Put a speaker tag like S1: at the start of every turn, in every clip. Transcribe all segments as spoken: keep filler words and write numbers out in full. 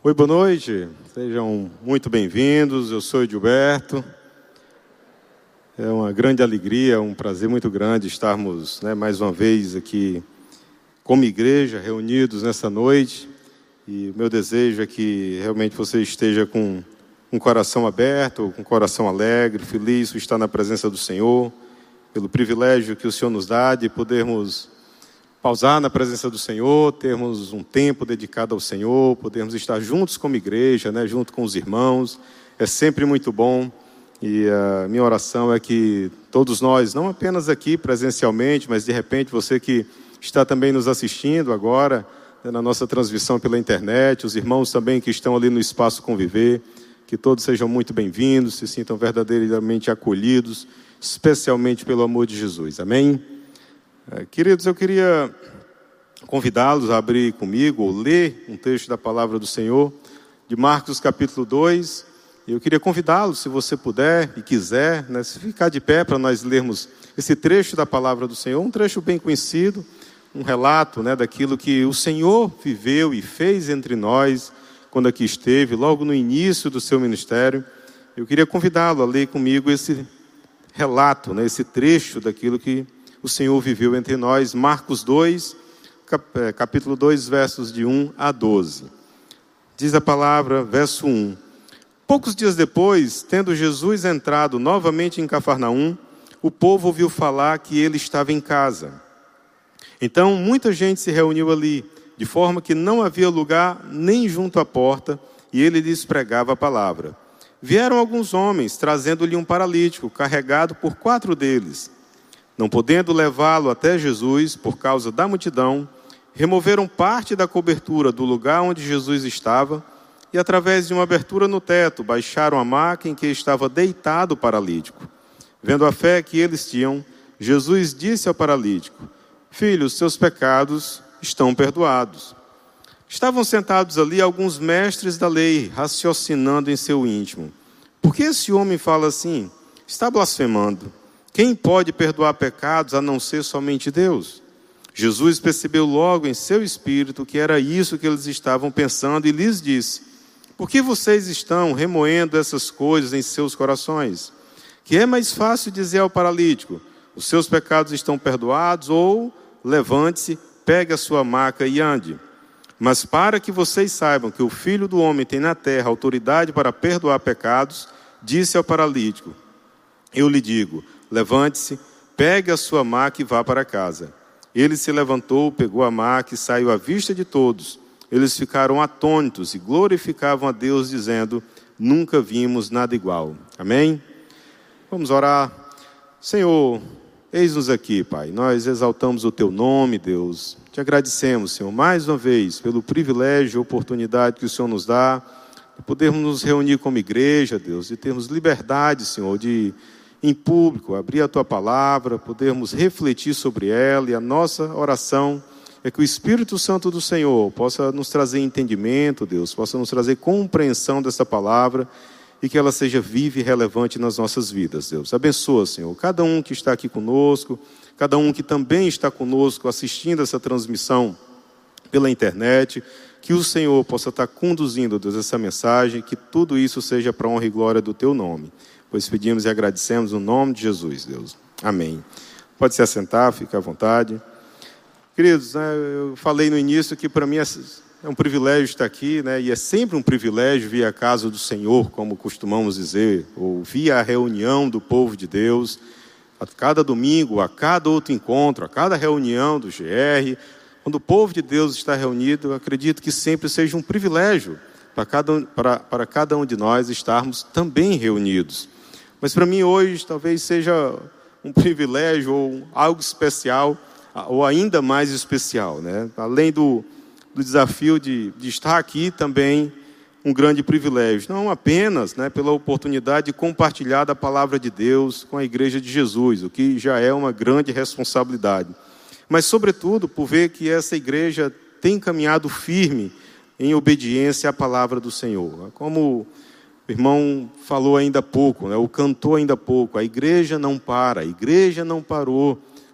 S1: Oi, boa noite, sejam muito bem-vindos, eu sou Edilberto. É uma grande alegria, um prazer muito grande estarmos, né, mais uma vez aqui como igreja, reunidos nessa noite. E o meu desejo é que realmente você esteja com um coração aberto, com um coração alegre, feliz por estar na presença do Senhor, pelo privilégio que o Senhor nos dá de podermos pausar na presença do Senhor, termos um tempo dedicado ao Senhor, podermos estar juntos como igreja, né, junto com os irmãos. É sempre muito bom. E a minha oração é que todos nós, não apenas aqui presencialmente, mas de repente você que está também nos assistindo agora, né, na nossa transmissão pela internet, os irmãos também que estão ali no Espaço Conviver, que todos sejam muito bem-vindos, se sintam verdadeiramente acolhidos, especialmente pelo amor de Jesus. Amém? É, queridos, eu queria convidá-los a abrir comigo, ou ler um texto da Palavra do Senhor, de Marcos capítulo dois. Eu queria convidá-los, se você puder e quiser, né, se ficar de pé para nós lermos esse trecho da Palavra do Senhor, um trecho bem conhecido, um relato, né, daquilo que o Senhor viveu e fez entre nós, quando aqui esteve, logo no início do seu ministério. Eu queria convidá-lo a ler comigo esse relato, né, esse trecho daquilo que o Senhor viveu entre nós, Marcos dois, capítulo dois, versos de um a doze. Diz a palavra, verso um. Poucos dias depois, tendo Jesus entrado novamente em Cafarnaum, o povo ouviu falar que ele estava em casa. Então, muita gente se reuniu ali, de forma que não havia lugar nem junto à porta, e ele lhes pregava a palavra. Vieram alguns homens, trazendo-lhe um paralítico, carregado por quatro deles. Não podendo levá-lo até Jesus, por causa da multidão, removeram parte da cobertura do lugar onde Jesus estava e, através de uma abertura no teto, baixaram a maca em que estava deitado o paralítico. Vendo a fé que eles tinham, Jesus disse ao paralítico: Filho, os seus pecados estão perdoados. Estavam sentados ali alguns mestres da lei, raciocinando em seu íntimo. Por que esse homem fala assim? Está blasfemando. Quem pode perdoar pecados a não ser somente Deus? Jesus percebeu logo em seu espírito que era isso que eles estavam pensando e lhes disse: Por que vocês estão remoendo essas coisas em seus corações? Que é mais fácil dizer ao paralítico: os seus pecados estão perdoados, ou levante-se, pegue a sua maca e ande. Mas para que vocês saibam que o Filho do Homem tem na terra autoridade para perdoar pecados, disse ao paralítico: Eu lhe digo, levante-se, pegue a sua maca e vá para casa. Ele se levantou, pegou a maca e saiu à vista de todos. Eles ficaram atônitos e glorificavam a Deus, dizendo: Nunca vimos nada igual. Amém? Vamos orar. Senhor, eis-nos aqui, Pai. Nós exaltamos o Teu nome, Deus. Te agradecemos, Senhor, mais uma vez, pelo privilégio e oportunidade que o Senhor nos dá de podermos nos reunir como igreja, Deus, e termos liberdade, Senhor, de em público, abrir a Tua palavra, podermos refletir sobre ela, e a nossa oração é que o Espírito Santo do Senhor possa nos trazer entendimento, Deus, possa nos trazer compreensão dessa palavra, e que ela seja viva e relevante nas nossas vidas, Deus. Abençoa, Senhor, cada um que está aqui conosco, cada um que também está conosco assistindo essa transmissão pela internet, que o Senhor possa estar conduzindo, Deus, essa mensagem, que tudo isso seja para a honra e glória do Teu nome. Pois pedimos e agradecemos no nome de Jesus, Deus. Amém. Pode se assentar, fique à vontade. Queridos, né, eu falei no início que para mim é um privilégio estar aqui, né, e é sempre um privilégio vir à casa do Senhor, como costumamos dizer, ou vir à reunião do povo de Deus, a cada domingo, a cada outro encontro, a cada reunião do G R. Quando o povo de Deus está reunido, eu acredito que sempre seja um privilégio para cada, para, para cada um de nós estarmos também reunidos. Mas para mim hoje talvez seja um privilégio ou algo especial, ou ainda mais especial, né? Além do, do desafio de, de estar aqui, também um grande privilégio. Não apenas, né, pela oportunidade de compartilhar da palavra de Deus com a Igreja de Jesus, o que já é uma grande responsabilidade. Mas sobretudo por ver que essa igreja tem caminhado firme em obediência à palavra do Senhor. Como o irmão falou ainda há pouco, né, o cantor ainda há pouco, a igreja não para, a igreja não parou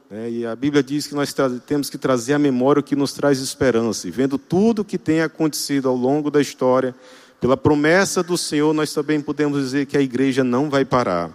S1: né? E a Bíblia diz que nós temos que trazer à memória o que nos traz esperança. E vendo tudo o que tem acontecido ao longo da história, pela promessa do Senhor, nós também podemos dizer que a igreja não vai parar.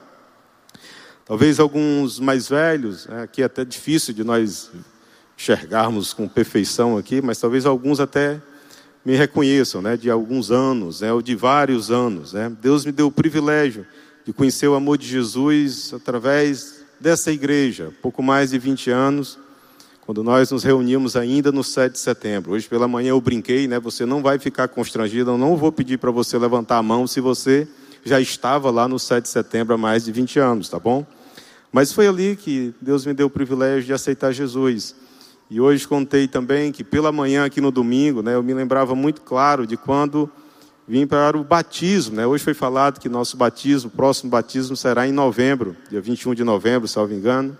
S1: Talvez alguns mais velhos, né, aqui é até difícil de nós enxergarmos com perfeição aqui, mas talvez alguns até me reconheçam, né, de alguns anos, né, ou de vários anos, né. Deus me deu o privilégio de conhecer o amor de Jesus através dessa igreja, pouco mais de vinte anos, quando nós nos reunimos ainda no sete de setembro. Hoje pela manhã eu brinquei, né, você não vai ficar constrangido, eu não vou pedir para você levantar a mão se você já estava lá no sete de setembro há mais de vinte anos, tá bom? Mas foi ali que Deus me deu o privilégio de aceitar Jesus. E hoje contei também que pela manhã aqui no domingo, né, eu me lembrava muito claro de quando vim para o batismo, né? Hoje foi falado que nosso batismo, próximo batismo será em novembro, dia vinte e um de novembro, salvo engano.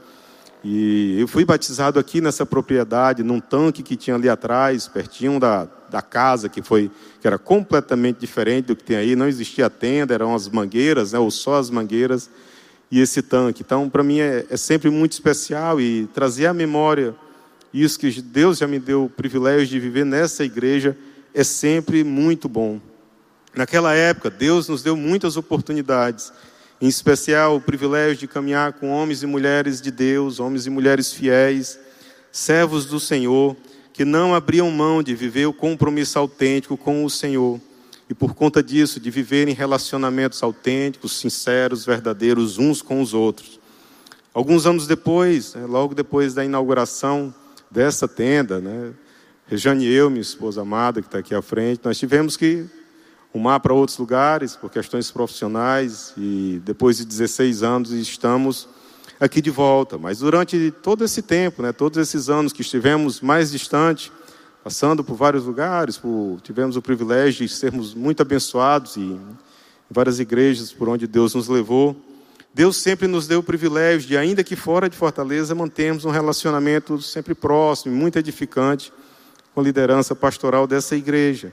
S1: E eu fui batizado aqui nessa propriedade, num tanque que tinha ali atrás, pertinho da, da casa, que, foi, que era completamente diferente do que tem aí. Não existia tenda, eram as mangueiras, né, ou só as mangueiras e esse tanque. Então, para mim, é, é sempre muito especial e trazer à memória isso que Deus já me deu o privilégio de viver nessa igreja é sempre muito bom. Naquela época, Deus nos deu muitas oportunidades, em especial o privilégio de caminhar com homens e mulheres de Deus, homens e mulheres fiéis, servos do Senhor, que não abriam mão de viver o compromisso autêntico com o Senhor. E por conta disso, de viver em relacionamentos autênticos, sinceros, verdadeiros, uns com os outros. Alguns anos depois, né, logo depois da inauguração dessa tenda, né, Rejane e eu, minha esposa amada, que está aqui à frente, nós tivemos que rumar para outros lugares por questões profissionais e depois de dezesseis anos estamos aqui de volta. Mas durante todo esse tempo, né, todos esses anos que estivemos mais distante, passando por vários lugares, por, tivemos o privilégio de sermos muito abençoados e em várias igrejas por onde Deus nos levou. Deus sempre nos deu o privilégio de, ainda que fora de Fortaleza, mantermos um relacionamento sempre próximo, muito edificante com a liderança pastoral dessa igreja.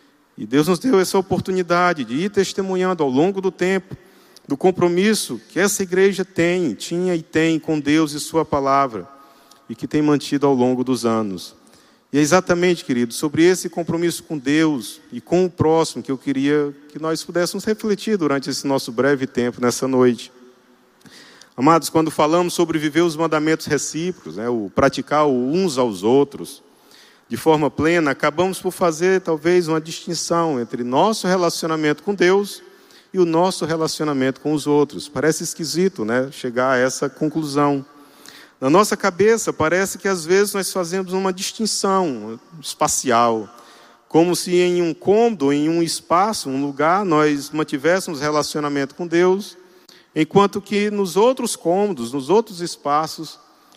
S1: E Deus nos deu essa oportunidade de ir testemunhando ao longo do tempo do compromisso que essa igreja tem, tinha e tem com Deus e sua palavra, e que tem mantido ao longo dos anos. E é exatamente, querido, sobre esse compromisso com Deus e com o próximo que eu queria que nós pudéssemos refletir durante esse nosso breve tempo nessa noite. Amados, quando falamos sobre viver os mandamentos recíprocos, né, o praticar uns aos outros, de forma plena, acabamos por fazer talvez uma distinção entre nosso relacionamento com Deus e o nosso relacionamento com os outros. Parece esquisito, né, chegar a essa conclusão. Na nossa cabeça parece que às vezes nós fazemos uma distinção espacial, como se em um cômodo, em um espaço, um lugar, nós mantivéssemos relacionamento com Deus, enquanto que nos outros cômodos, nos outros espaços,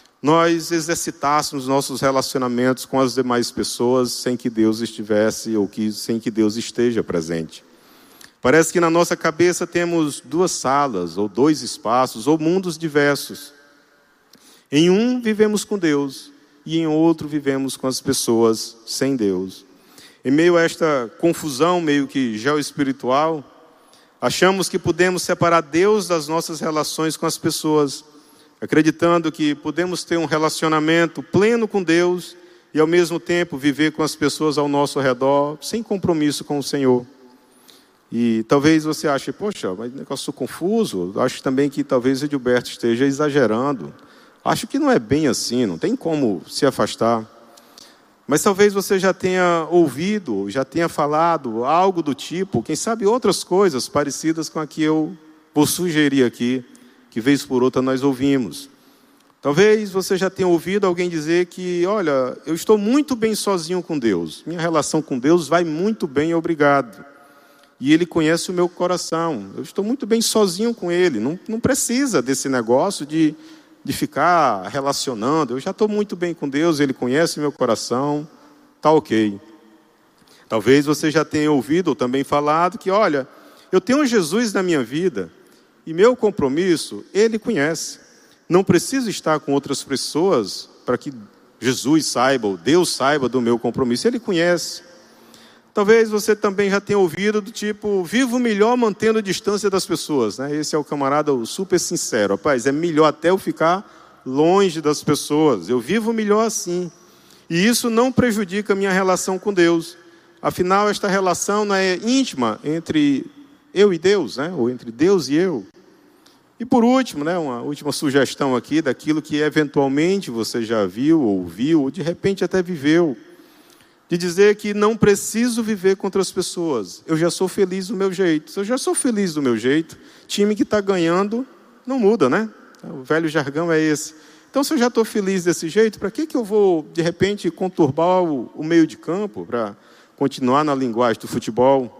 S1: nós exercitássemos nossos relacionamentos com as demais pessoas sem que Deus estivesse ou que, sem que Deus esteja presente. Parece que na nossa cabeça temos duas salas, ou dois espaços, ou mundos diversos. Em um vivemos com Deus e em outro vivemos com as pessoas sem Deus. Em meio a esta confusão meio que geoespiritual, achamos que podemos separar Deus das nossas relações com as pessoas, acreditando que podemos ter um relacionamento pleno com Deus e ao mesmo tempo viver com as pessoas ao nosso redor sem compromisso com o Senhor. E talvez você ache, poxa, mas negócio confuso. Acho também que talvez o Gilberto esteja exagerando. Acho que não é bem assim, não tem como se afastar. Mas talvez você já tenha ouvido, já tenha falado algo do tipo, quem sabe outras coisas parecidas com a que eu vou sugerir aqui, que vez por outra nós ouvimos. Talvez você já tenha ouvido alguém dizer que, olha, eu estou muito bem sozinho com Deus. Minha relação com Deus vai muito bem, obrigado. E Ele conhece o meu coração. Eu estou muito bem sozinho com Ele. Não, não precisa desse negócio de, de ficar relacionando. Eu já estou muito bem com Deus, Ele conhece o meu coração. Está ok. Talvez você já tenha ouvido ou também falado que, olha, eu tenho Jesus na minha vida. E meu compromisso, Ele conhece. Não preciso estar com outras pessoas para que Jesus saiba, ou Deus saiba do meu compromisso. Ele conhece. Talvez você também já tenha ouvido do tipo, vivo melhor mantendo a distância das pessoas, né? Esse é o camarada o super sincero. Rapaz, é melhor até eu ficar longe das pessoas. Eu vivo melhor assim. E isso não prejudica a minha relação com Deus. Afinal, esta relação não é íntima entre eu e Deus, né? Ou entre Deus e eu. E por último, né, uma última sugestão aqui daquilo que eventualmente você já viu, ouviu, ou de repente até viveu. De dizer que não preciso viver contra as pessoas. Eu já sou feliz do meu jeito. Se eu já sou feliz do meu jeito, time que está ganhando não muda, né? O velho jargão é esse. Então, se eu já estou feliz desse jeito, para que, que eu vou, de repente, conturbar o, o meio de campo para continuar na linguagem do futebol?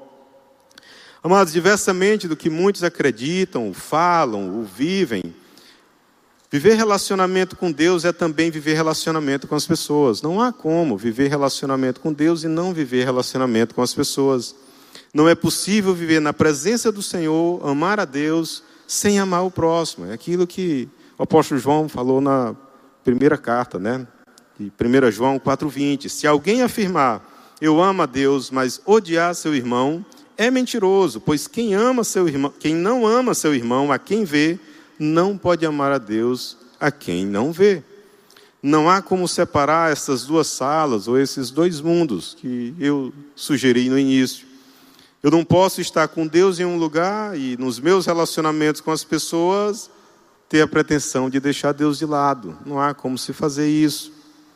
S1: Amados, diversamente do que muitos acreditam, falam, ou vivem, viver relacionamento com Deus é também viver relacionamento com as pessoas. Não há como viver relacionamento com Deus e não viver relacionamento com as pessoas. Não é possível viver na presença do Senhor, amar a Deus, sem amar o próximo. É aquilo que o apóstolo João falou na primeira carta, né? De primeira João quatro, vinte. Se alguém afirmar, eu amo a Deus, mas odiar seu irmão, é mentiroso, pois quem ama seu irmão, quem não ama seu irmão, a quem vê, não pode amar a Deus a quem não vê. Não há como separar essas duas salas ou esses dois mundos que eu sugeri no início. Eu não posso estar com Deus em um lugar e nos meus relacionamentos com as pessoas ter a pretensão de deixar Deus de lado. Não há como se fazer isso.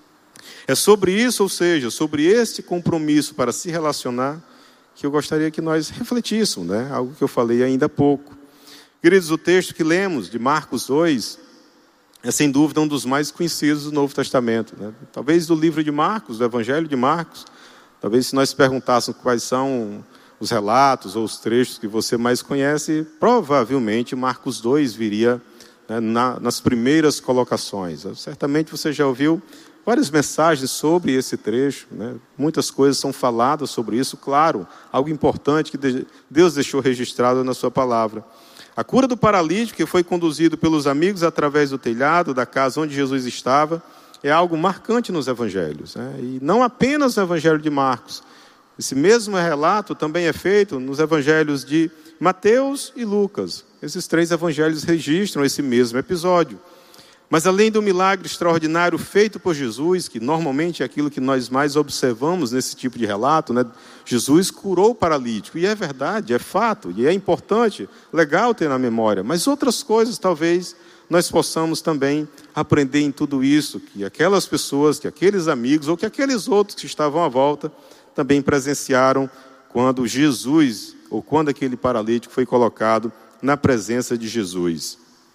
S1: É sobre isso, ou seja, sobre este compromisso para se relacionar, que eu gostaria que nós refletíssemos, né? Algo que eu falei ainda há pouco. Queridos, o texto que lemos de Marcos dois é sem dúvida um dos mais conhecidos do Novo Testamento, né? Talvez do livro de Marcos, do Evangelho de Marcos, talvez se nós perguntássemos quais são os relatos ou os trechos que você mais conhece, provavelmente Marcos dois viria, né, na, nas primeiras colocações. Certamente você já ouviu várias mensagens sobre esse trecho, né? Muitas coisas são faladas sobre isso, claro, algo importante que Deus deixou registrado na sua palavra. A cura do paralítico, que foi conduzido pelos amigos através do telhado da casa onde Jesus estava, é algo marcante nos evangelhos, né? E não apenas no evangelho de Marcos. Esse mesmo relato também é feito nos evangelhos de Mateus e Lucas. Esses três evangelhos registram esse mesmo episódio. Mas além do milagre extraordinário feito por Jesus, que normalmente é aquilo que nós mais observamos nesse tipo de relato, né? Jesus curou o paralítico, e é verdade, é fato, e é importante, legal ter na memória, mas outras coisas talvez nós possamos também aprender em tudo isso, que aquelas pessoas, que aqueles amigos, ou que aqueles outros que estavam à volta, também presenciaram quando Jesus, ou quando aquele paralítico foi colocado na presença de Jesus.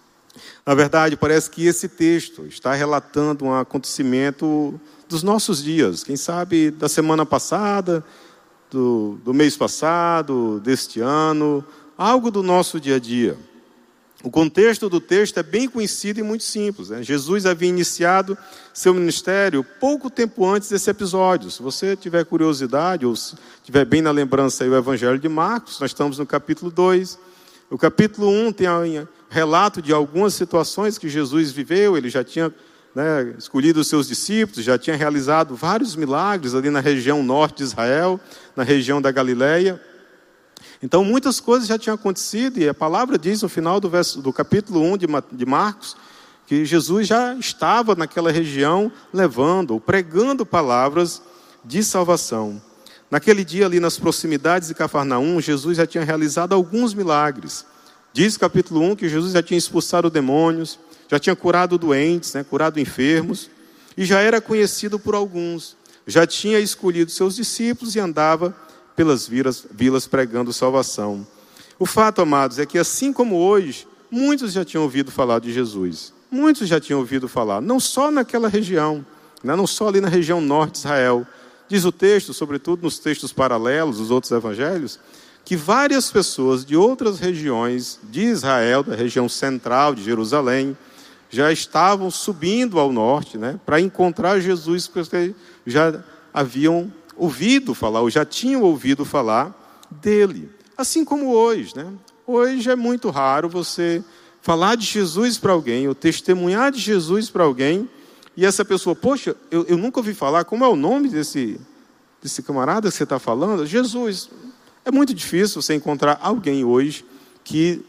S1: Na verdade, parece que esse texto está relatando um acontecimento dos nossos dias. Quem sabe da semana passada, do, do mês passado, deste ano, algo do nosso dia a dia. O contexto do texto é bem conhecido e muito simples, né? Jesus havia iniciado seu ministério pouco tempo antes desse episódio. Se você tiver curiosidade, ou se tiver bem na lembrança aí o Evangelho de Marcos, nós estamos no capítulo dois. O capítulo um tem a relato de algumas situações que Jesus viveu. Ele já tinha, né, escolhido os seus discípulos, já tinha realizado vários milagres ali na região norte de Israel, na região da Galileia. Então muitas coisas já tinham acontecido, e a palavra diz no final do, verso, do capítulo um de, de Marcos, que Jesus já estava naquela região levando ou pregando palavras de salvação. Naquele dia ali nas proximidades de Cafarnaum, Jesus já tinha realizado alguns milagres. Diz capítulo um que Jesus já tinha expulsado demônios, já tinha curado doentes, né, curado enfermos, e já era conhecido por alguns. Já tinha escolhido seus discípulos e andava pelas vilas, vilas pregando salvação. O fato, amados, é que assim como hoje, muitos já tinham ouvido falar de Jesus. Muitos já tinham ouvido falar, não só naquela região, né, não só ali na região norte de Israel. Diz o texto, sobretudo nos textos paralelos dos outros evangelhos, que várias pessoas de outras regiões de Israel, da região central de Jerusalém, já estavam subindo ao norte, né, para encontrar Jesus, porque já haviam ouvido falar, ou já tinham ouvido falar dele. Assim como hoje, né? Hoje é muito raro você falar de Jesus para alguém, ou testemunhar de Jesus para alguém, e essa pessoa, poxa, eu, eu nunca ouvi falar, como é o nome desse, desse camarada que você está falando? Jesus. É muito difícil você encontrar alguém hoje que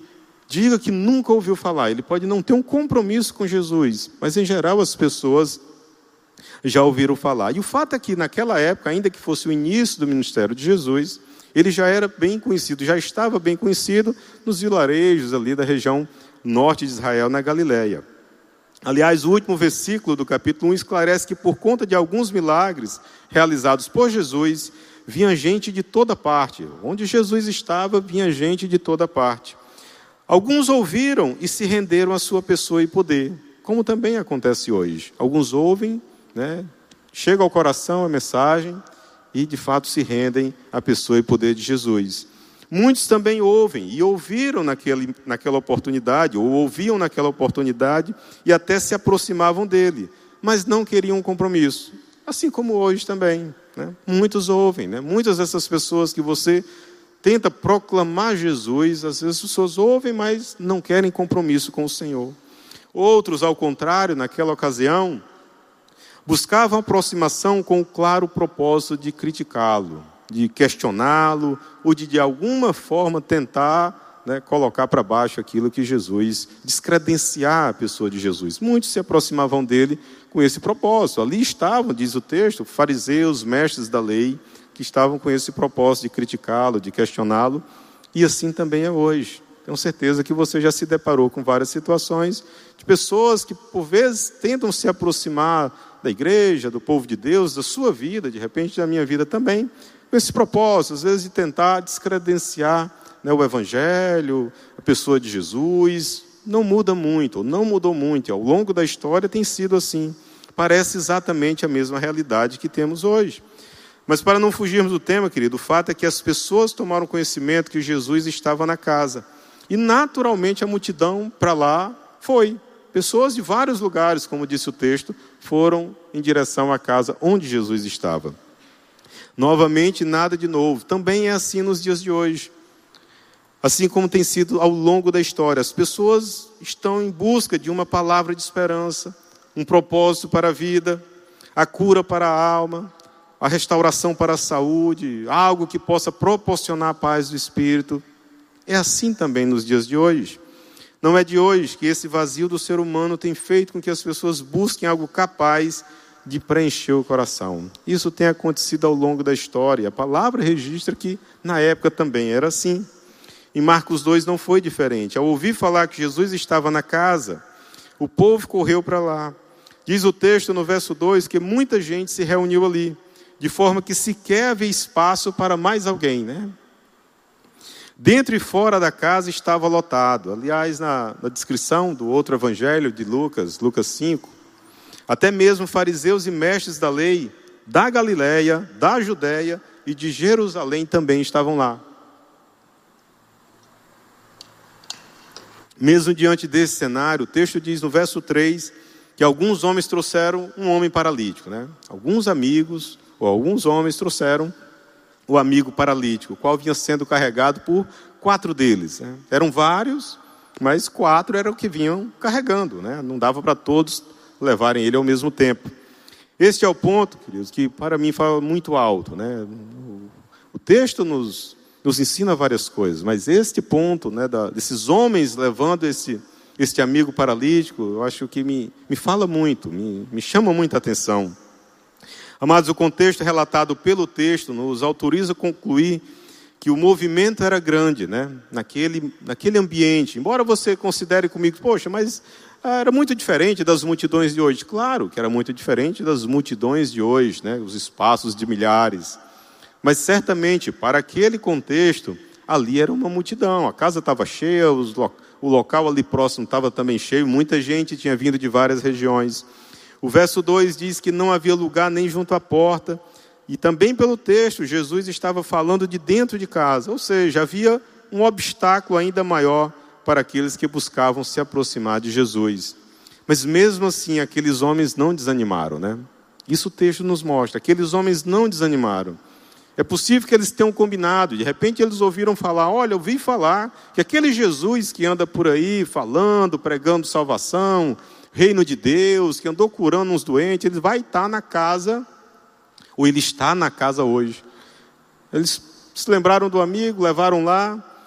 S1: diga que nunca ouviu falar. Ele pode não ter um compromisso com Jesus, mas em geral as pessoas já ouviram falar. E o fato é que naquela época, ainda que fosse o início do ministério de Jesus, ele já era bem conhecido, já estava bem conhecido nos vilarejos ali da região norte de Israel, na Galileia. Aliás, o último versículo do capítulo um esclarece que por conta de alguns milagres realizados por Jesus, vinha gente de toda parte. Onde Jesus estava, vinha gente de toda parte. Alguns ouviram e se renderam à sua pessoa e poder, como também acontece hoje. Alguns ouvem, né, chega ao coração a mensagem e de fato se rendem à pessoa e poder de Jesus. Muitos também ouvem e ouviram naquele, naquela oportunidade, ou ouviam naquela oportunidade e até se aproximavam dele, mas não queriam um compromisso. Assim como hoje também, né? Muitos ouvem, né? Muitas dessas pessoas que você tenta proclamar Jesus, às vezes as pessoas ouvem, mas não querem compromisso com o Senhor. Outros, ao contrário, naquela ocasião, buscavam aproximação com o claro propósito de criticá-lo, de questioná-lo, ou de de alguma forma tentar, né, colocar para baixo aquilo que Jesus, descredenciar a pessoa de Jesus. Muitos se aproximavam dele com esse propósito. Ali estavam, diz o texto, fariseus, mestres da lei, que estavam com esse propósito de criticá-lo, de questioná-lo, e assim também é hoje. Tenho certeza que você já se deparou com várias situações de pessoas que, por vezes, tentam se aproximar da igreja, do povo de Deus, da sua vida, de repente da minha vida também, com esse propósito, às vezes, de tentar descredenciar, né, o Evangelho, a pessoa de Jesus. Não muda muito, não mudou muito. Ao longo da história tem sido assim. Parece exatamente a mesma realidade que temos hoje. Mas para não fugirmos do tema, querido, o fato é que as pessoas tomaram conhecimento que Jesus estava na casa. E naturalmente a multidão para lá foi. Pessoas de vários lugares, como disse o texto, foram em direção à casa onde Jesus estava. Novamente, nada de novo. Também é assim nos dias de hoje. Assim como tem sido ao longo da história. As pessoas estão em busca de uma palavra de esperança, um propósito para a vida, a cura para a alma, a restauração para a saúde, algo que possa proporcionar a paz do espírito. É assim também nos dias de hoje. Não é de hoje que esse vazio do ser humano tem feito com que as pessoas busquem algo capaz de preencher o coração. Isso tem acontecido ao longo da história. A palavra registra que na época também era assim. Em Marcos dois não foi diferente. Ao ouvir falar que Jesus estava na casa, o povo correu para lá. Diz o texto no verso dois que muita gente se reuniu ali, de forma que sequer havia espaço para mais alguém, né? Dentro e fora da casa estava lotado. Aliás, na, na descrição do outro evangelho de Lucas, Lucas cinco, até mesmo fariseus e mestres da lei, da Galileia, da Judéia e de Jerusalém também estavam lá. Mesmo diante desse cenário, o texto diz no verso três, que alguns homens trouxeram um homem paralítico, né? Alguns amigos, ou alguns homens trouxeram o amigo paralítico, o qual vinha sendo carregado por quatro deles, né? Eram vários, mas quatro eram o que vinham carregando, né? Não dava para todos levarem ele ao mesmo tempo. Este é o ponto, queridos, que para mim fala muito alto, né? O texto nos, nos ensina várias coisas, mas este ponto, né, da, desses homens levando esse, este amigo paralítico, eu acho que me, me fala muito, me, me chama muita atenção. Amados, o contexto relatado pelo texto nos autoriza a concluir que o movimento era grande, né? naquele, naquele ambiente. Embora você considere comigo, poxa, mas era muito diferente das multidões de hoje. Claro que era muito diferente das multidões de hoje, né? Os espaços de milhares. Mas certamente, para aquele contexto, ali era uma multidão. A casa estava cheia, os lo... o local ali próximo estava também cheio. Muita gente tinha vindo de várias regiões. O verso dois diz que não havia lugar nem junto à porta. E também pelo texto, Jesus estava falando de dentro de casa. Ou seja, havia um obstáculo ainda maior para aqueles que buscavam se aproximar de Jesus. Mas mesmo assim, aqueles homens não desanimaram, né? Isso o texto nos mostra. Aqueles homens não desanimaram. É possível que eles tenham combinado. De repente eles ouviram falar, olha, eu ouvi falar que aquele Jesus que anda por aí falando, pregando salvação, reino de Deus, que andou curando uns doentes, ele vai estar na casa, ou ele está na casa hoje. Eles se lembraram do amigo, levaram lá.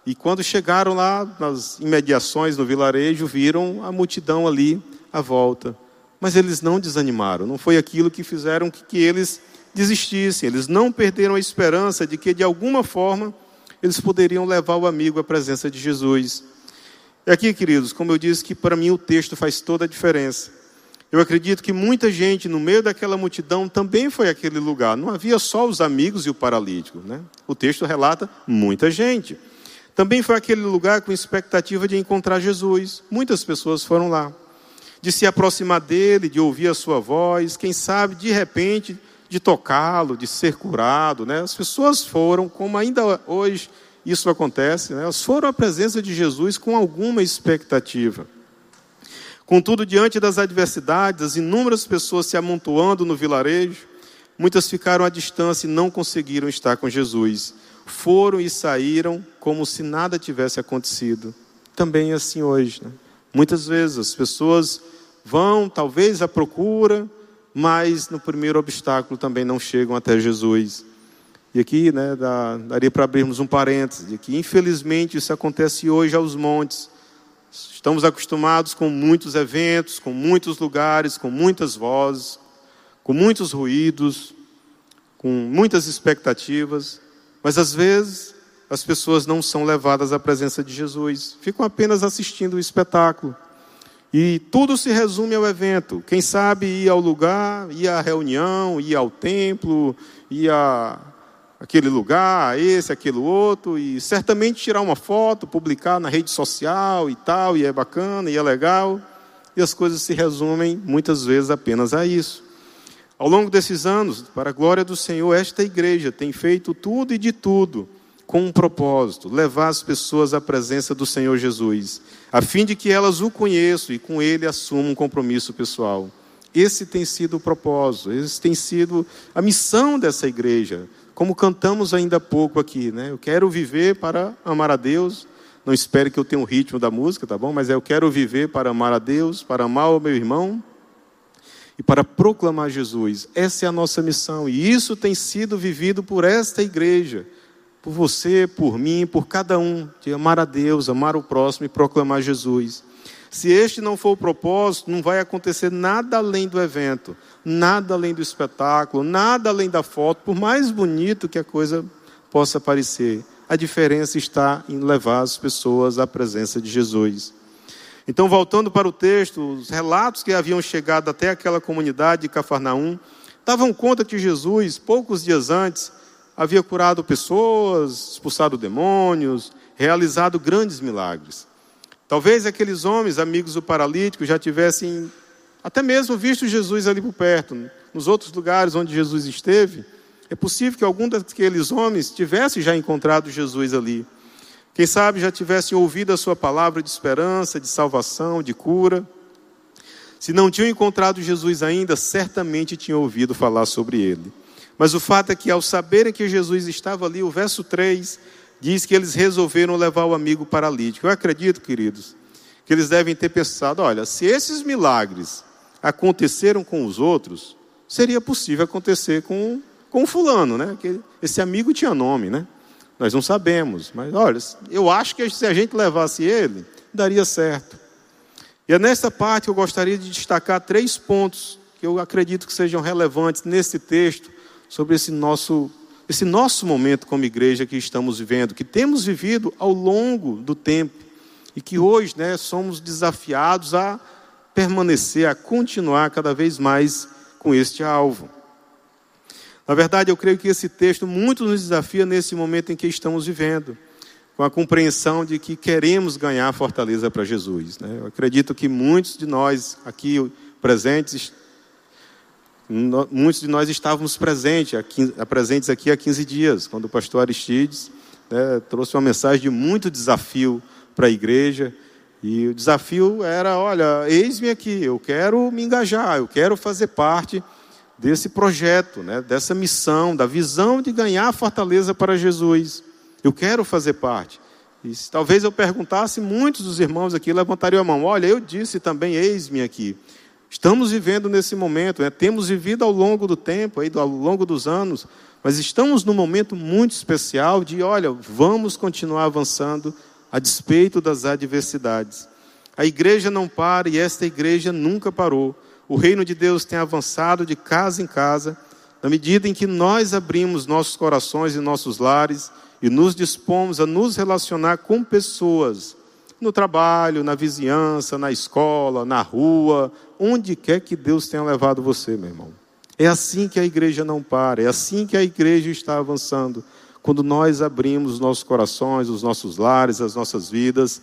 S1: E quando chegaram lá nas imediações do vilarejo, viram a multidão ali à volta. Mas eles não desanimaram, não foi aquilo que fizeram que, que eles desistissem. Eles não perderam a esperança de que, de alguma forma, eles poderiam levar o amigo à presença de Jesus. E aqui, queridos, como eu disse, que para mim o texto faz toda a diferença. Eu acredito que muita gente no meio daquela multidão também foi àquele lugar. Não havia só os amigos e o paralítico, né? O texto relata muita gente. Também foi aquele lugar com expectativa de encontrar Jesus. Muitas pessoas foram lá. De se aproximar dele, de ouvir a sua voz, quem sabe, de repente, de tocá-lo, de ser curado, né? As pessoas foram, como ainda hoje isso acontece, né? Elas foram à presença de Jesus com alguma expectativa. Contudo, diante das adversidades, as inúmeras pessoas se amontoando no vilarejo, muitas ficaram à distância e não conseguiram estar com Jesus. Foram e saíram como se nada tivesse acontecido. Também é assim hoje, né? Muitas vezes as pessoas vão, talvez, à procura, mas no primeiro obstáculo também não chegam até Jesus. E aqui, né, dá, daria para abrirmos um parênteses, de que infelizmente isso acontece hoje aos montes. Estamos acostumados com muitos eventos, com muitos lugares, com muitas vozes, com muitos ruídos, com muitas expectativas, mas às vezes as pessoas não são levadas à presença de Jesus, ficam apenas assistindo o espetáculo. E tudo se resume ao evento. Quem sabe ir ao lugar, ir à reunião, ir ao templo, ir a aquele lugar, esse, aquele outro, e certamente tirar uma foto, publicar na rede social e tal, e é bacana, e é legal, e as coisas se resumem muitas vezes apenas a isso. Ao longo desses anos, para a glória do Senhor, esta igreja tem feito tudo e de tudo com um propósito: levar as pessoas à presença do Senhor Jesus, a fim de que elas o conheçam e com Ele assumam um compromisso pessoal. Esse tem sido o propósito, esse tem sido a missão dessa igreja. Como cantamos ainda há pouco aqui, né? Eu quero viver para amar a Deus. Não espere que eu tenha o ritmo da música, tá bom? Mas eu quero viver para amar a Deus, para amar o meu irmão e para proclamar Jesus. Essa é a nossa missão. E isso tem sido vivido por esta igreja. Por você, por mim, por cada um. De amar a Deus, amar o próximo e proclamar Jesus. Se este não for o propósito, não vai acontecer nada além do evento, nada além do espetáculo, nada além da foto, por mais bonito que a coisa possa parecer. A diferença está em levar as pessoas à presença de Jesus. Então, voltando para o texto, os relatos que haviam chegado até aquela comunidade de Cafarnaum davam conta que Jesus, poucos dias antes, havia curado pessoas, expulsado demônios, realizado grandes milagres. Talvez aqueles homens, amigos do paralítico, já tivessem até mesmo visto Jesus ali por perto, nos outros lugares onde Jesus esteve. É possível que algum daqueles homens tivesse já encontrado Jesus ali. Quem sabe já tivessem ouvido a sua palavra de esperança, de salvação, de cura. Se não tinham encontrado Jesus ainda, certamente tinham ouvido falar sobre ele. Mas o fato é que, ao saberem que Jesus estava ali, o verso três diz que eles resolveram levar o amigo paralítico. Eu acredito, queridos, que eles devem ter pensado: olha, se esses milagres aconteceram com os outros, seria possível acontecer com, com o fulano, né? Que esse amigo tinha nome, né? Nós não sabemos, mas olha, eu acho que se a gente levasse ele, daria certo. E é nesta parte que eu gostaria de destacar três pontos que eu acredito que sejam relevantes nesse texto, sobre esse nosso, esse nosso momento como igreja que estamos vivendo, que temos vivido ao longo do tempo, e que hoje, né, somos desafiados a permanecer, a continuar cada vez mais com este alvo. Na verdade, eu creio que esse texto muito nos desafia nesse momento em que estamos vivendo, com a compreensão de que queremos ganhar fortaleza para Jesus, né? Eu acredito que muitos de nós aqui presentes, muitos de nós estávamos presentes aqui, presentes aqui há quinze dias, quando o pastor Aristides, né, trouxe uma mensagem de muito desafio para a igreja. E o desafio era: olha, eis-me aqui, eu quero me engajar, eu quero fazer parte desse projeto, né, dessa missão, da visão de ganhar fortaleza para Jesus. Eu quero fazer parte. E se talvez eu perguntasse, muitos dos irmãos aqui levantariam a mão: olha, eu disse também, eis-me aqui. Estamos vivendo nesse momento, né? Temos vivido ao longo do tempo, aí, ao longo dos anos, mas estamos num momento muito especial de, olha, vamos continuar avançando a despeito das adversidades. A igreja não para e esta igreja nunca parou. O reino de Deus tem avançado de casa em casa, na medida em que nós abrimos nossos corações e nossos lares e nos dispomos a nos relacionar com pessoas, no trabalho, na vizinhança, na escola, na rua, onde quer que Deus tenha levado você, meu irmão. É assim que a igreja não para, é assim que a igreja está avançando, quando nós abrimos os nossos corações, os nossos lares, as nossas vidas,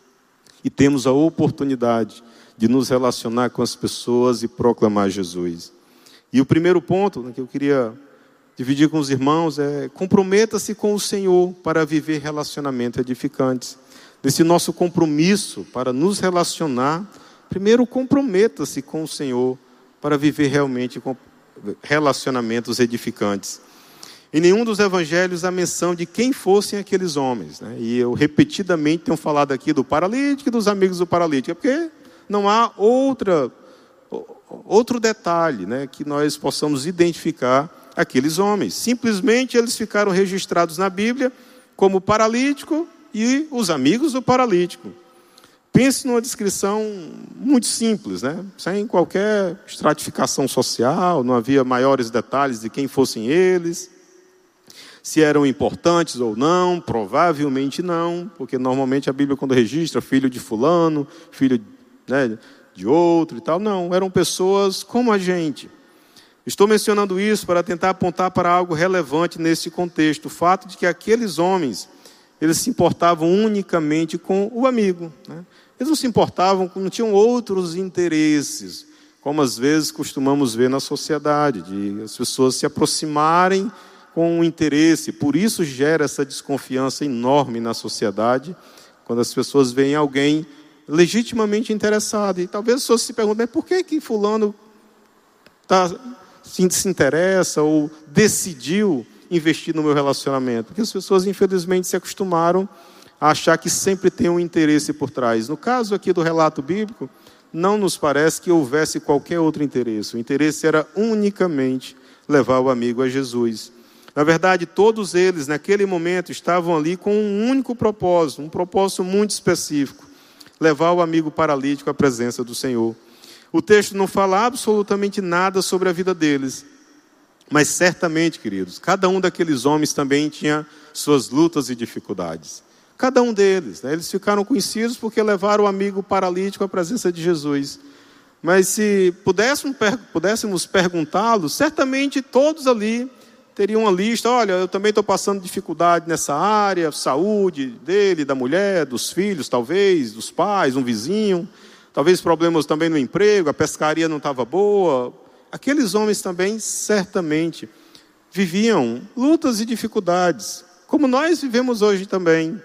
S1: e temos a oportunidade de nos relacionar com as pessoas e proclamar Jesus. E o primeiro ponto, né, que eu queria dividir com os irmãos é: comprometa-se com o Senhor para viver relacionamentos edificantes. Nesse nosso compromisso para nos relacionar, primeiro comprometa-se com o Senhor para viver realmente com relacionamentos edificantes. Em nenhum dos evangelhos há menção de quem fossem aqueles homens, né? E eu repetidamente tenho falado aqui do paralítico e dos amigos do paralítico, porque não há outra, outro detalhe, né, que nós possamos identificar aqueles homens. Simplesmente eles ficaram registrados na Bíblia como paralítico e os amigos do paralítico. Pense numa descrição muito simples, né? Sem qualquer estratificação social, não havia maiores detalhes de quem fossem eles, se eram importantes ou não, provavelmente não, porque normalmente a Bíblia, quando registra filho de fulano, filho, né, de outro e tal, não, eram pessoas como a gente. Estou mencionando isso para tentar apontar para algo relevante nesse contexto, o fato de que aqueles homens, eles se importavam unicamente com o amigo, né? Eles não se importavam, não tinham outros interesses, como às vezes costumamos ver na sociedade, de as pessoas se aproximarem com um interesse. Por isso gera essa desconfiança enorme na sociedade, quando as pessoas veem alguém legitimamente interessado. E talvez as pessoas se perguntem: por que que fulano tá, se, se interessa ou decidiu investir no meu relacionamento? Porque as pessoas infelizmente se acostumaram a achar que sempre tem um interesse por trás. No caso aqui do relato bíblico, não nos parece que houvesse qualquer outro interesse. O interesse era unicamente levar o amigo a Jesus. Na verdade, todos eles naquele momento estavam ali com um único propósito, um propósito muito específico: levar o amigo paralítico à presença do Senhor. O texto não fala absolutamente nada sobre a vida deles, mas certamente, queridos, cada um daqueles homens também tinha suas lutas e dificuldades. Cada um deles, né? Eles ficaram conhecidos porque levaram o amigo paralítico à presença de Jesus. Mas se pudéssemos, pudéssemos perguntá-los, certamente todos ali teriam uma lista: olha, eu também estou passando dificuldade nessa área, saúde dele, da mulher, dos filhos talvez, dos pais, um vizinho, talvez problemas também no emprego, a pescaria não estava boa. Aqueles homens também certamente viviam lutas e dificuldades, como nós vivemos hoje também.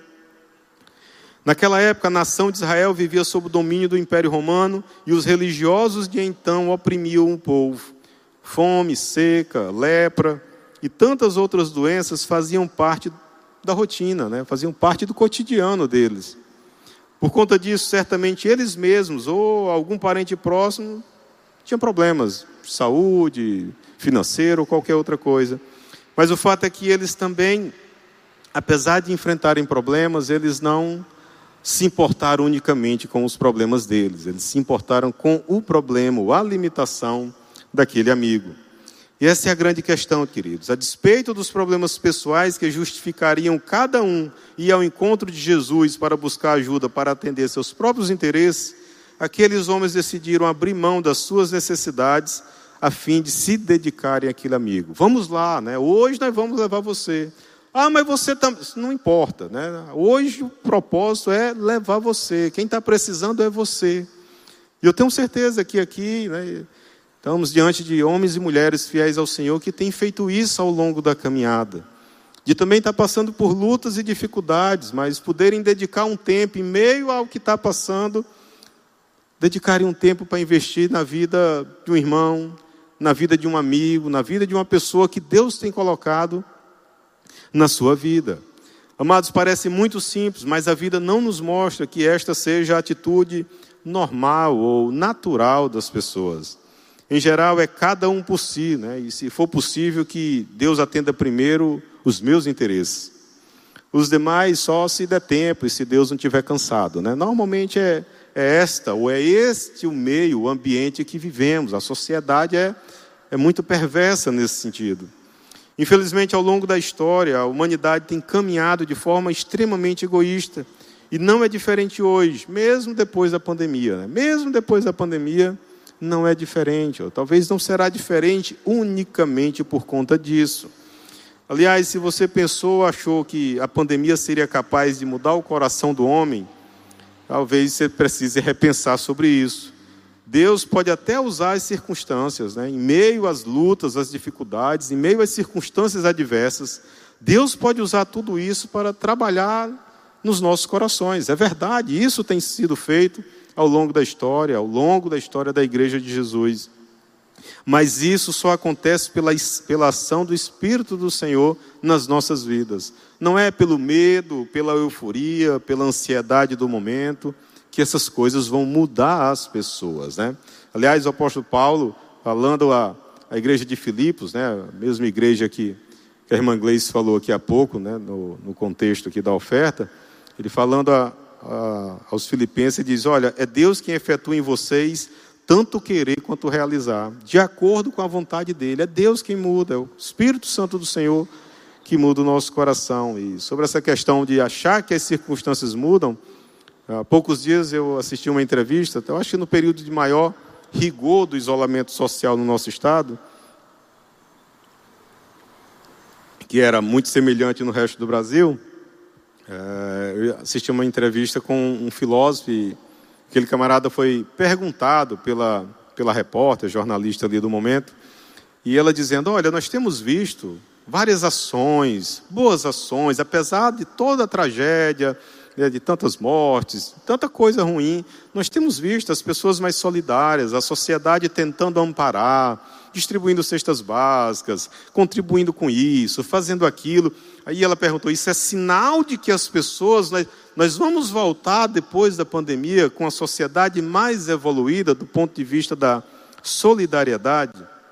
S1: Naquela época, a nação de Israel vivia sob o domínio do Império Romano e os religiosos de então oprimiam o povo. Fome, seca, lepra e tantas outras doenças faziam parte da rotina, né? Faziam parte do cotidiano deles. Por conta disso, certamente eles mesmos ou algum parente próximo tinham problemas de saúde, financeiro ou qualquer outra coisa. Mas o fato é que eles também, apesar de enfrentarem problemas, eles não se importaram unicamente com os problemas deles. Eles se importaram com o problema, a limitação daquele amigo. E essa é a grande questão, queridos. A despeito dos problemas pessoais que justificariam cada um ir ao encontro de Jesus para buscar ajuda, para atender seus próprios interesses, aqueles homens decidiram abrir mão das suas necessidades a fim de se dedicarem àquele amigo. Vamos lá, né? Hoje nós vamos levar você. Ah, mas você também... Não importa, né? Hoje o propósito é levar você. Quem está precisando é você. E eu tenho certeza que aqui, né, estamos diante de homens e mulheres fiéis ao Senhor que têm feito isso ao longo da caminhada. De também estar passando por lutas e dificuldades, mas poderem dedicar um tempo em meio ao que está passando, dedicarem um tempo para investir na vida de um irmão, na vida de um amigo, na vida de uma pessoa que Deus tem colocado na sua vida. Amados, parece muito simples, mas a vida não nos mostra que esta seja a atitude normal ou natural das pessoas. Em geral, é cada um por si, né? E se for possível que Deus atenda primeiro os meus interesses. Os demais só se der tempo e se Deus não estiver cansado, né? Normalmente é, é esta, ou é este o meio, o ambiente que vivemos. A sociedade é, é muito perversa nesse sentido. Infelizmente, ao longo da história, a humanidade tem caminhado de forma extremamente egoísta. E não é diferente hoje, mesmo depois da pandemia, né? Mesmo depois da pandemia, não é diferente, ou talvez não será diferente unicamente por conta disso. Aliás, se você pensou, achou que a pandemia seria capaz de mudar o coração do homem, talvez você precise repensar sobre isso. Deus pode até usar as circunstâncias, né? Em meio às lutas, às dificuldades, em meio às circunstâncias adversas, Deus pode usar tudo isso para trabalhar nos nossos corações. É verdade, isso tem sido feito ao longo da história, ao longo da história da Igreja de Jesus. Mas isso só acontece pela, pela ação do Espírito do Senhor nas nossas vidas. Não é pelo medo, pela euforia, pela ansiedade do momento, que essas coisas vão mudar as pessoas, né? Aliás, o apóstolo Paulo, falando à, à igreja de Filipos, né? A mesma igreja que, que a irmã Gleice falou aqui há pouco, né? no, no contexto aqui da oferta, ele falando a A, aos filipenses, diz, olha, é Deus quem efetua em vocês tanto querer quanto realizar, de acordo com a vontade dele. É Deus quem muda, é o Espírito Santo do Senhor que muda o nosso coração. E sobre essa questão de achar que as circunstâncias mudam, há poucos dias eu assisti uma entrevista, eu acho que no período de maior rigor do isolamento social no nosso estado, que era muito semelhante no resto do Brasil. É, eu assisti uma entrevista com um filósofo e aquele camarada foi perguntado pela, pela repórter, jornalista ali do momento, e ela dizendo, olha, nós temos visto várias ações, boas ações, apesar de toda a tragédia, né, de tantas mortes, tanta coisa ruim, nós temos visto as pessoas mais solidárias, a sociedade tentando amparar, distribuindo cestas básicas, contribuindo com isso, fazendo aquilo. Aí ela perguntou, isso é sinal de que as pessoas, nós, nós vamos voltar depois da pandemia com a sociedade mais evoluída do ponto de vista da solidariedade?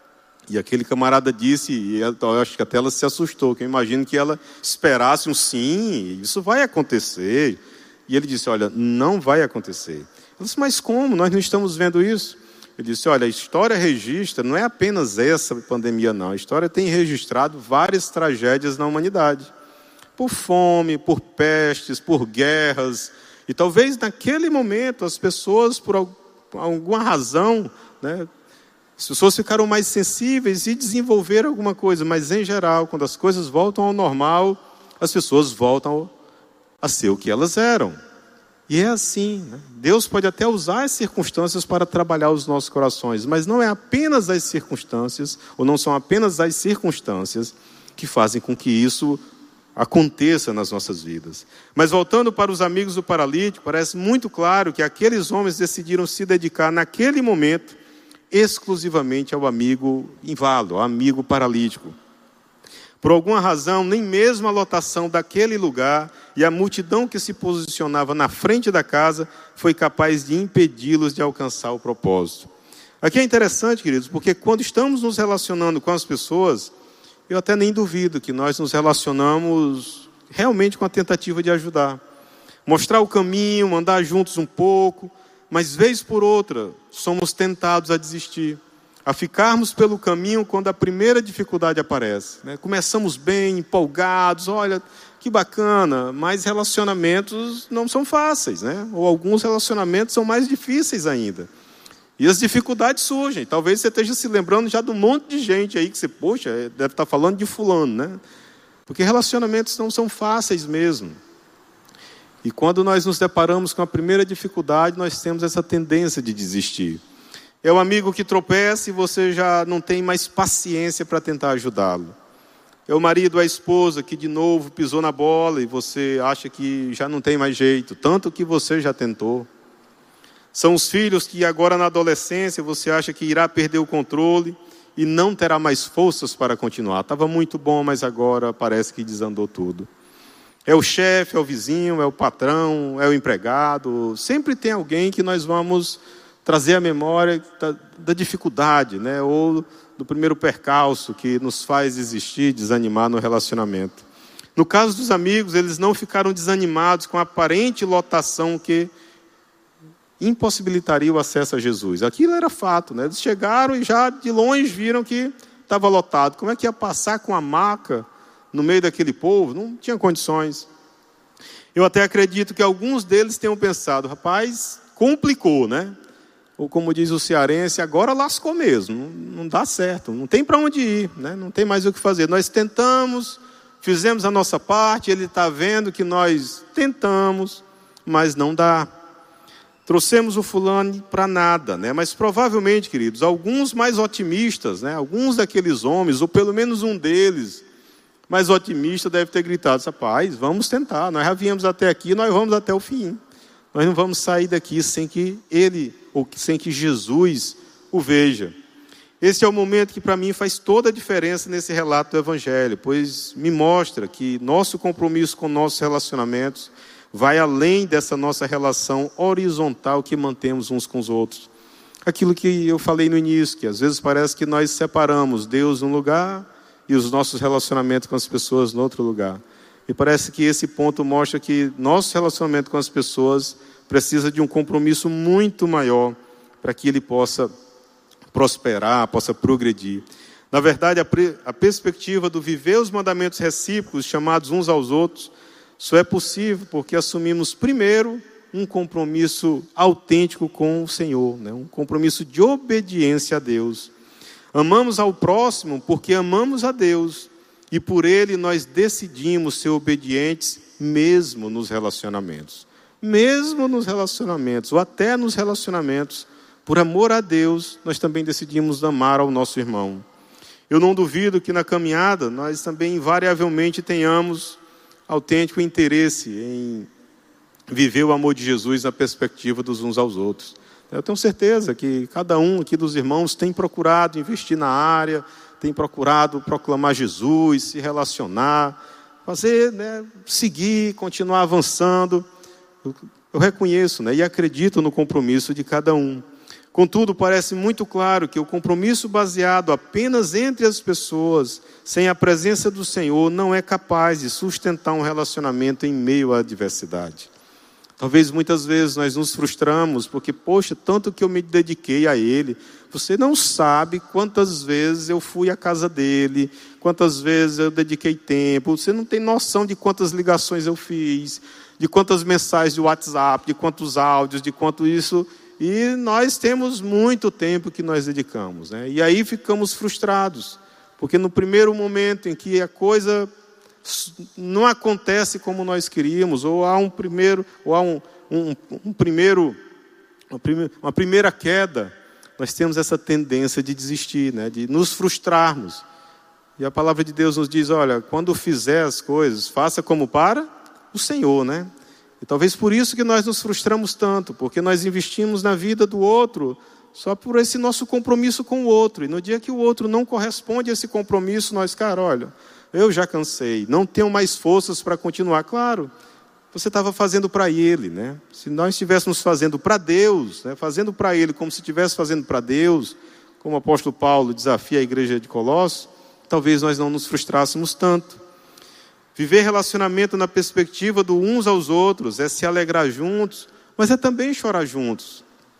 S1: E aquele camarada disse, e eu acho que até ela se assustou, que eu imagino que ela esperasse um sim, isso vai acontecer. E ele disse, olha, não vai acontecer. Ela disse, mas como? Nós não estamos vendo isso? Ele disse, olha, a história registra, não é apenas essa pandemia não, a história tem registrado várias tragédias na humanidade. Por fome, por pestes, por guerras. E talvez naquele momento as pessoas, por alguma razão, né, as pessoas ficaram mais sensíveis e desenvolveram alguma coisa. Mas em geral, quando as coisas voltam ao normal, as pessoas voltam a ser o que elas eram. E é assim, né? Deus pode até usar as circunstâncias para trabalhar os nossos corações, mas não é apenas as circunstâncias, ou não são apenas as circunstâncias que fazem com que isso aconteça nas nossas vidas. Mas voltando para os amigos do paralítico, parece muito claro que aqueles homens decidiram se dedicar naquele momento exclusivamente ao amigo inválido, ao amigo paralítico. Por alguma razão, nem mesmo a lotação daquele lugar e a multidão que se posicionava na frente da casa foi capaz de impedi-los de alcançar o propósito. Aqui é interessante, queridos, porque quando estamos nos relacionando com as pessoas, eu até nem duvido que nós nos relacionamos realmente com a tentativa de ajudar. Mostrar o caminho, andar juntos um pouco, mas vez por outra, somos tentados a desistir. A ficarmos pelo caminho quando a primeira dificuldade aparece, né? Começamos bem, empolgados, olha, que bacana, mas relacionamentos não são fáceis, né? Ou alguns relacionamentos são mais difíceis ainda. E as dificuldades surgem. Talvez você esteja se lembrando já de um monte de gente aí que você, poxa, deve estar falando de fulano, né? Porque relacionamentos não são fáceis mesmo. E quando nós nos deparamos com a primeira dificuldade, nós temos essa tendência de desistir. É o amigo que tropeça e você já não tem mais paciência para tentar ajudá-lo. É o marido ou a esposa que de novo pisou na bola e você acha que já não tem mais jeito, tanto que você já tentou. São os filhos que agora na adolescência você acha que irá perder o controle e não terá mais forças para continuar. Estava muito bom, mas agora parece que desandou tudo. É o chefe, é o vizinho, é o patrão, é o empregado. Sempre tem alguém que nós vamos trazer a memória da, da dificuldade, né? Ou do primeiro percalço que nos faz desistir, desanimar no relacionamento. No caso dos amigos, eles não ficaram desanimados com a aparente lotação que impossibilitaria o acesso a Jesus. Aquilo era fato, né? Eles chegaram e já de longe viram que estava lotado. Como é que ia passar com a maca no meio daquele povo? Não tinha condições. Eu até acredito que alguns deles tenham pensado, rapaz, complicou, né? Ou como diz o cearense, agora lascou mesmo, não, não dá certo, não tem para onde ir, né? Não tem mais o que fazer. Nós tentamos, fizemos a nossa parte, ele está vendo que nós tentamos, mas não dá. Trouxemos o fulano para nada, né? Mas provavelmente, queridos, alguns mais otimistas, né? Alguns daqueles homens, ou pelo menos um deles, mais otimista, deve ter gritado, rapaz, vamos tentar, nós já viemos até aqui, nós vamos até o fim. Nós não vamos sair daqui sem que ele, ou sem que Jesus o veja. Esse é o momento que para mim faz toda a diferença nesse relato do Evangelho, pois me mostra que nosso compromisso com nossos relacionamentos vai além dessa nossa relação horizontal que mantemos uns com os outros. Aquilo que eu falei no início, que às vezes parece que nós separamos Deus num lugar e os nossos relacionamentos com as pessoas no outro lugar. E parece que esse ponto mostra que nosso relacionamento com as pessoas precisa de um compromisso muito maior para que ele possa prosperar, possa progredir. Na verdade, a, pre, a perspectiva do viver os mandamentos recíprocos, chamados uns aos outros, só é possível porque assumimos primeiro um compromisso autêntico com o Senhor, né? Um compromisso de obediência a Deus. Amamos ao próximo porque amamos a Deus e por Ele nós decidimos ser obedientes mesmo nos relacionamentos. Mesmo nos relacionamentos, ou até nos relacionamentos, por amor a Deus, nós também decidimos amar ao nosso irmão. Eu não duvido que na caminhada nós também invariavelmente tenhamos autêntico interesse em viver o amor de Jesus na perspectiva dos uns aos outros. Eu tenho certeza que cada um aqui dos irmãos tem procurado investir na área, tem procurado proclamar Jesus, se relacionar, fazer, né, seguir, continuar avançando. Eu, eu reconheço, né, e acredito no compromisso de cada um. Contudo, parece muito claro que o compromisso baseado apenas entre as pessoas, sem a presença do Senhor, não é capaz de sustentar um relacionamento em meio à adversidade. Talvez muitas vezes nós nos frustramos, porque, poxa, tanto que eu me dediquei a Ele. Você não sabe quantas vezes eu fui à casa dele, quantas vezes eu dediquei tempo. Você não tem noção de quantas ligações eu fiz, de quantas mensagens de WhatsApp, de quantos áudios, de quanto isso... E nós temos muito tempo que nós dedicamos, né? E aí ficamos frustrados, porque no primeiro momento em que a coisa não acontece como nós queríamos, ou há um primeiro, ou há um, um, um primeiro, uma, prime, uma primeira queda, nós temos essa tendência de desistir, né? De nos frustrarmos. E a palavra de Deus nos diz, olha, quando fizer as coisas, faça como para o Senhor, né? E talvez por isso que nós nos frustramos tanto, porque nós investimos na vida do outro só por esse nosso compromisso com o outro. E no dia que o outro não corresponde a esse compromisso, nós, cara, olha, eu já cansei, não tenho mais forças para continuar. Claro, você estava fazendo para Ele, né? Se nós estivéssemos fazendo para Deus, né? Fazendo para Ele como se estivesse fazendo para Deus, como o apóstolo Paulo desafia a igreja de Colossos, talvez nós não nos frustrássemos tanto. Viver relacionamento na perspectiva do uns aos outros é se alegrar juntos, mas é também chorar juntos.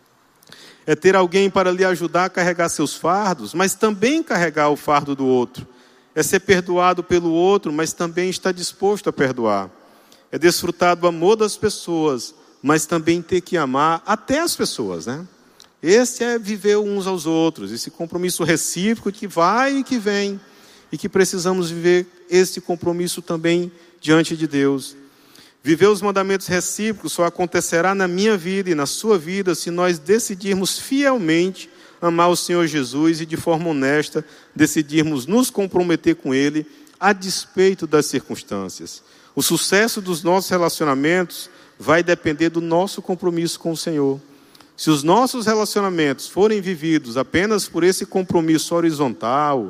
S1: É ter alguém para lhe ajudar a carregar seus fardos, mas também carregar o fardo do outro. É ser perdoado pelo outro, mas também estar disposto a perdoar. É desfrutar do amor das pessoas, mas também ter que amar até as pessoas, né? Esse é viver uns aos outros, esse compromisso recíproco que vai e que vem. E que precisamos viver esse compromisso também diante de Deus. Viver os mandamentos recíprocos só acontecerá na minha vida e na sua vida se nós decidirmos fielmente amar o Senhor Jesus e de forma honesta decidirmos nos comprometer com Ele a despeito das circunstâncias. O sucesso dos nossos relacionamentos vai depender do nosso compromisso com o Senhor. Se os nossos relacionamentos forem vividos apenas por esse compromisso horizontal,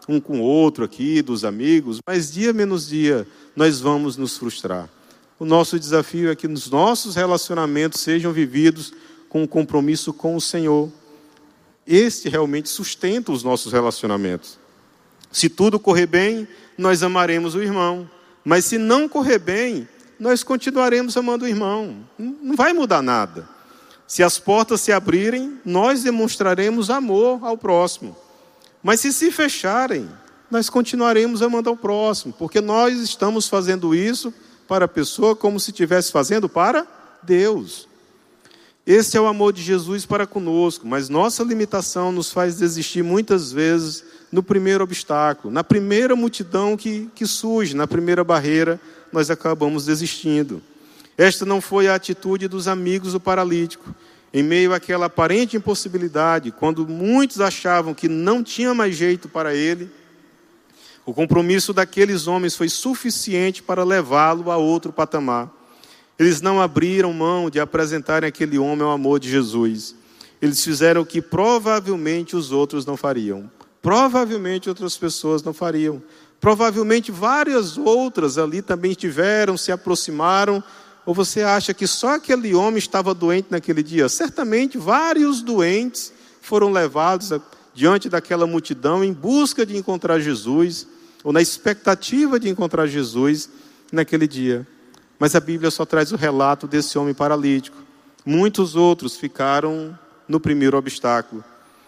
S1: um com o outro aqui, dos amigos, mas dia menos dia nós vamos nos frustrar. O nosso desafio é que os nossos relacionamentos sejam vividos com um compromisso com o Senhor. Este realmente sustenta os nossos relacionamentos. Se tudo correr bem, nós amaremos o irmão. Mas se não correr bem, nós continuaremos amando o irmão. Não vai mudar nada. Se as portas se abrirem, nós demonstraremos amor ao próximo. Mas se se fecharem, nós continuaremos amando ao próximo, porque nós estamos fazendo isso para a pessoa como se estivesse fazendo para Deus. Esse é o amor de Jesus para conosco, mas nossa limitação nos faz desistir muitas vezes no primeiro obstáculo, na primeira multidão que, que surge, na primeira barreira, nós acabamos desistindo. Esta não foi a atitude dos amigos do paralítico. Em meio àquela aparente impossibilidade, quando muitos achavam que não tinha mais jeito para ele, o compromisso daqueles homens foi suficiente para levá-lo a outro patamar. Eles não abriram mão de apresentarem aquele homem ao amor de Jesus. Eles fizeram o que provavelmente os outros não fariam. Provavelmente outras pessoas não fariam. Provavelmente várias outras ali também estiveram, se aproximaram. Ou você acha que só aquele homem estava doente naquele dia? Certamente vários doentes foram levados diante daquela multidão em busca de encontrar Jesus, ou na expectativa de encontrar Jesus naquele dia. Mas a Bíblia só traz o relato desse homem paralítico. Muitos outros ficaram no primeiro obstáculo.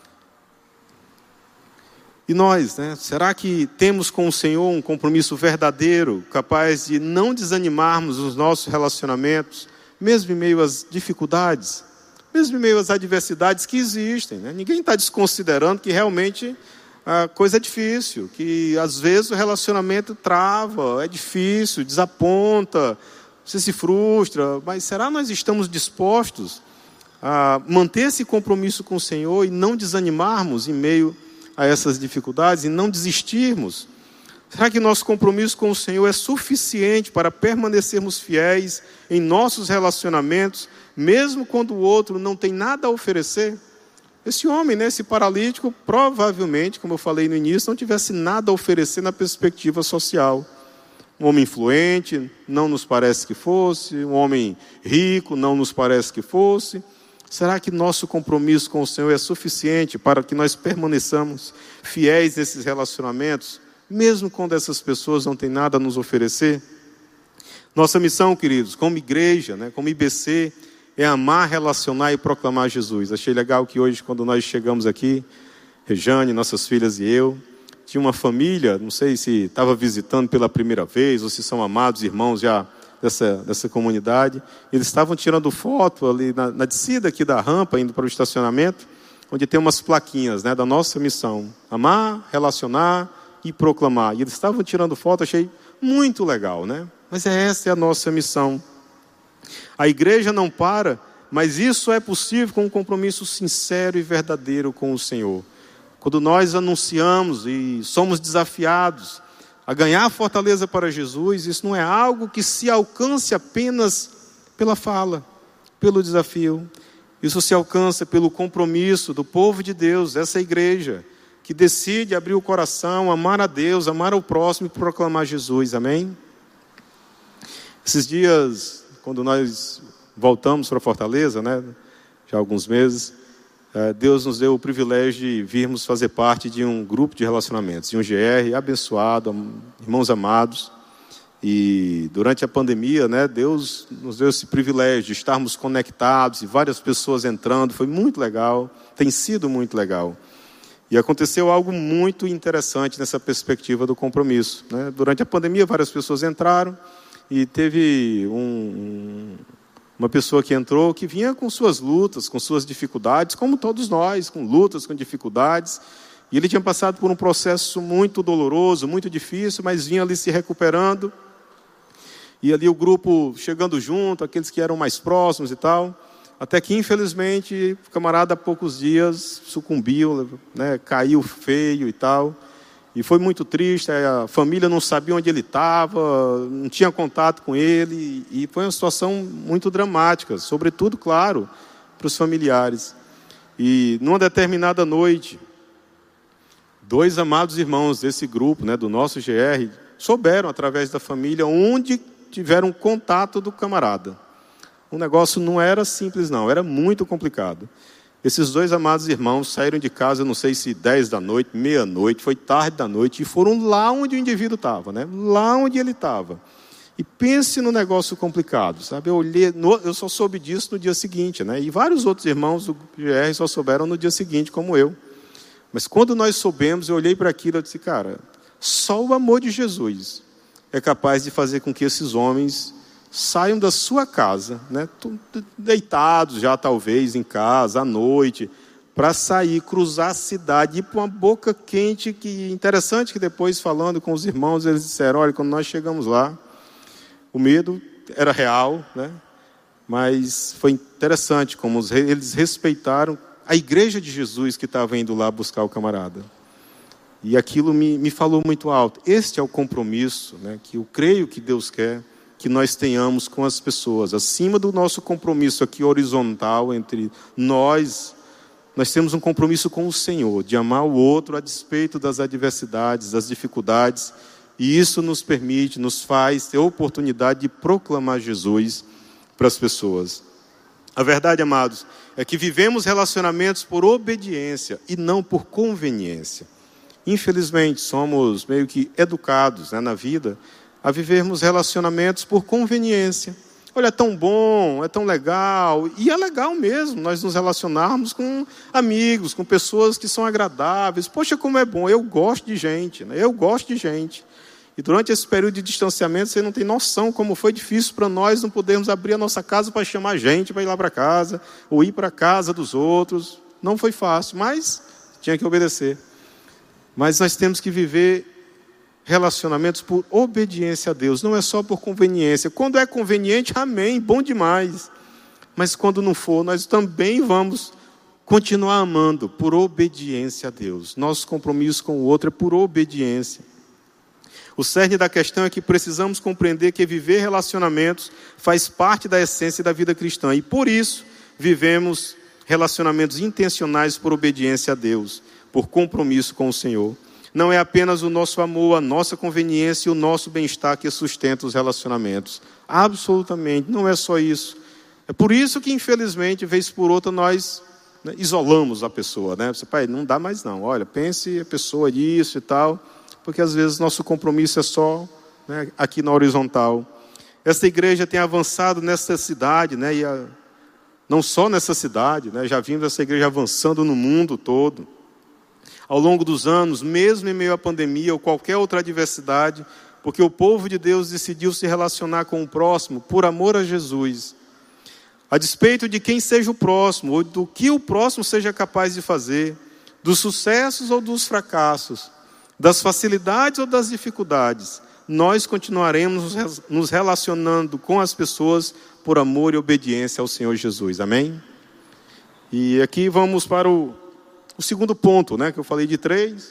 S1: E nós, né? Será que temos com o Senhor um compromisso verdadeiro, capaz de não desanimarmos os nossos relacionamentos, mesmo em meio às dificuldades, mesmo em meio às adversidades que existem, né? Ninguém está desconsiderando que realmente a coisa é difícil, que às vezes o relacionamento trava, é difícil, desaponta, você se frustra, mas será que nós estamos dispostos a manter esse compromisso com o Senhor e não desanimarmos em meio a essas dificuldades e não desistirmos? Será que nosso compromisso com o Senhor é suficiente para permanecermos fiéis em nossos relacionamentos, mesmo quando o outro não tem nada a oferecer? Esse homem, né, esse paralítico, provavelmente, como eu falei no início, não tivesse nada a oferecer na perspectiva social. Um homem influente, não nos parece que fosse. Um homem rico, não nos parece que fosse. Será que nosso compromisso com o Senhor é suficiente para que nós permaneçamos fiéis nesses relacionamentos, mesmo quando essas pessoas não têm nada a nos oferecer? Nossa missão, queridos, como igreja, né, como I B C, é amar, relacionar e proclamar Jesus. Achei legal que hoje, quando nós chegamos aqui, Rejane, nossas filhas e eu, tinha uma família, não sei se estava visitando pela primeira vez, ou se são amados irmãos já dessa, dessa comunidade. Eles estavam tirando foto ali na, na descida aqui da rampa, indo para o estacionamento, onde tem umas plaquinhas, né, da nossa missão: amar, relacionar e proclamar. E eles estavam tirando foto, achei muito legal, né? Mas essa é a nossa missão. A igreja não para, mas isso é possível com um compromisso sincero e verdadeiro com o Senhor. Quando nós anunciamos e somos desafiados a ganhar fortaleza para Jesus, isso não é algo que se alcance apenas pela fala, pelo desafio. Isso se alcança pelo compromisso do povo de Deus, essa igreja, que decide abrir o coração, amar a Deus, amar ao próximo e proclamar Jesus. Amém? Esses dias, quando nós voltamos para Fortaleza, né, já há alguns meses, Deus nos deu o privilégio de virmos fazer parte de um grupo de relacionamentos, de um G R abençoado, irmãos amados. E durante a pandemia, né, Deus nos deu esse privilégio de estarmos conectados e várias pessoas entrando. Foi muito legal, tem sido muito legal. E aconteceu algo muito interessante nessa perspectiva do compromisso, né? Durante a pandemia, várias pessoas entraram e teve um, uma pessoa que entrou que vinha com suas lutas, com suas dificuldades, como todos nós, com lutas, com dificuldades. E ele tinha passado por um processo muito doloroso, muito difícil, mas vinha ali se recuperando. E ali o grupo chegando junto, aqueles que eram mais próximos e tal. Até que, infelizmente, o camarada, há poucos dias, sucumbiu, né, caiu feio e tal. E foi muito triste, a família não sabia onde ele estava, não tinha contato com ele. E foi uma situação muito dramática, sobretudo, claro, para os familiares. E numa determinada noite, Dois amados irmãos desse grupo, né, do nosso G R, souberam através da família onde tiveram contato do camarada. O negócio não era simples não, era muito complicado. Esses dois amados irmãos saíram de casa, não sei se dez da noite, meia-noite, foi tarde da noite, e foram lá onde o indivíduo estava, né? Lá onde ele estava. E pense no negócio complicado, sabe? Eu, olhei, no, eu só soube disso no dia seguinte, né? E vários outros irmãos do G R só souberam no dia seguinte, como eu. Mas quando nós soubemos, eu olhei para aquilo e disse, cara, só o amor de Jesus é capaz de fazer com que esses homens saiam da sua casa, né, deitados já talvez em casa, à noite, para sair, cruzar a cidade, ir para uma boca quente, que interessante que depois falando com os irmãos, eles disseram, olha, quando nós chegamos lá, o medo era real, né, mas foi interessante como eles respeitaram a igreja de Jesus que estava indo lá buscar o camarada. E aquilo me, me falou muito alto. Este é o compromisso, né, que eu creio que Deus quer que nós tenhamos com as pessoas. Acima do nosso compromisso aqui horizontal entre nós, nós temos um compromisso com o Senhor, de amar o outro a despeito das adversidades, das dificuldades. E isso nos permite, nos faz ter a oportunidade de proclamar Jesus para as pessoas. A verdade, amados, é que vivemos relacionamentos por obediência e não por conveniência. Infelizmente, somos meio que educados, né, na vida a vivermos relacionamentos por conveniência. Olha, é tão bom, é tão legal, e é legal mesmo nós nos relacionarmos com amigos, com pessoas que são agradáveis. Poxa, como é bom, eu gosto de gente, né? Eu gosto de gente. E durante esse período de distanciamento, você não tem noção como foi difícil para nós não podermos abrir a nossa casa para chamar gente para ir lá para casa, ou ir para a casa dos outros. Não foi fácil, mas tinha que obedecer. Mas nós temos que viver relacionamentos por obediência a Deus, não é só por conveniência. Quando é conveniente, amém, bom demais. Mas quando não for, nós também vamos continuar amando por obediência a Deus. Nosso compromisso com o outro é por obediência. O cerne da questão é que precisamos compreender que viver relacionamentos faz parte da essência da vida cristã. E por isso, vivemos relacionamentos intencionais por obediência a Deus, por compromisso com o Senhor. Não é apenas o nosso amor, a nossa conveniência e o nosso bem-estar que sustenta os relacionamentos. Absolutamente, não é só isso. É por isso que, infelizmente, vez por outra, nós, né, isolamos a pessoa, né? Você, pai, não dá mais não. Olha, pense a pessoa disso e tal, porque às vezes nosso compromisso é só, né, aqui na horizontal. Essa igreja tem avançado nessa cidade, né, e a, não só nessa cidade, né, já vimos essa igreja avançando no mundo todo. Ao longo dos anos, mesmo em meio à pandemia ou qualquer outra adversidade, porque o povo de Deus decidiu se relacionar com o próximo por amor a Jesus. A despeito de quem seja o próximo, ou do que o próximo seja capaz de fazer, dos sucessos ou dos fracassos, das facilidades ou das dificuldades, nós continuaremos nos relacionando com as pessoas por amor e obediência ao Senhor Jesus. Amém? E aqui vamos para o O segundo ponto, né, que eu falei de três.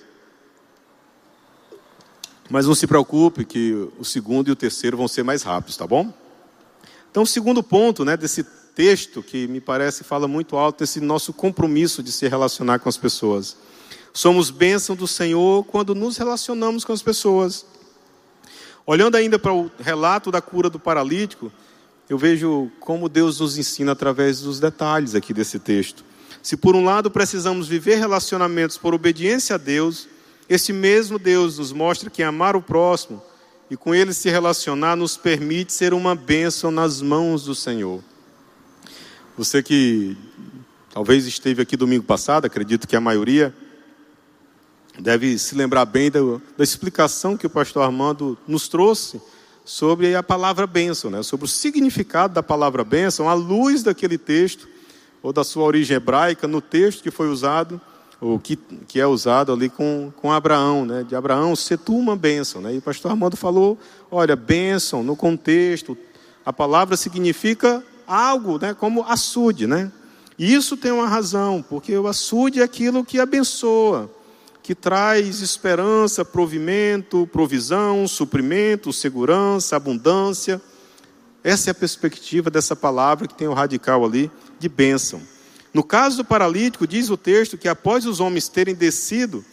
S1: Mas não se preocupe que o segundo e o terceiro vão ser mais rápidos, tá bom? Então, o segundo ponto, né, desse texto, que me parece fala muito alto, desse nosso compromisso de se relacionar com as pessoas. Somos bênção do Senhor quando nos relacionamos com as pessoas. Olhando ainda para o relato da cura do paralítico, eu vejo como Deus nos ensina através dos detalhes aqui desse texto. Se por um lado precisamos viver relacionamentos por obediência a Deus, esse mesmo Deus nos mostra que amar o próximo e com ele se relacionar nos permite ser uma bênção nas mãos do Senhor. Você que talvez esteve aqui domingo passado, acredito que a maioria, deve se lembrar bem da, da explicação que o pastor Armando nos trouxe sobre a palavra bênção, né? Sobre o significado da palavra bênção, à luz daquele texto, ou da sua origem hebraica, no texto que foi usado, ou que, que é usado ali com, com Abraão, né? De Abraão, se tu uma bênção, né? E o pastor Armando falou, olha, bênção, no contexto, a palavra significa algo, né? Como açude, né? E isso tem uma razão, porque o açude é aquilo que abençoa, que traz esperança, provimento, provisão, suprimento, segurança, abundância. Essa é a perspectiva dessa palavra que tem o radical ali de bênção. No caso do paralítico, diz o texto que após os homens terem descido,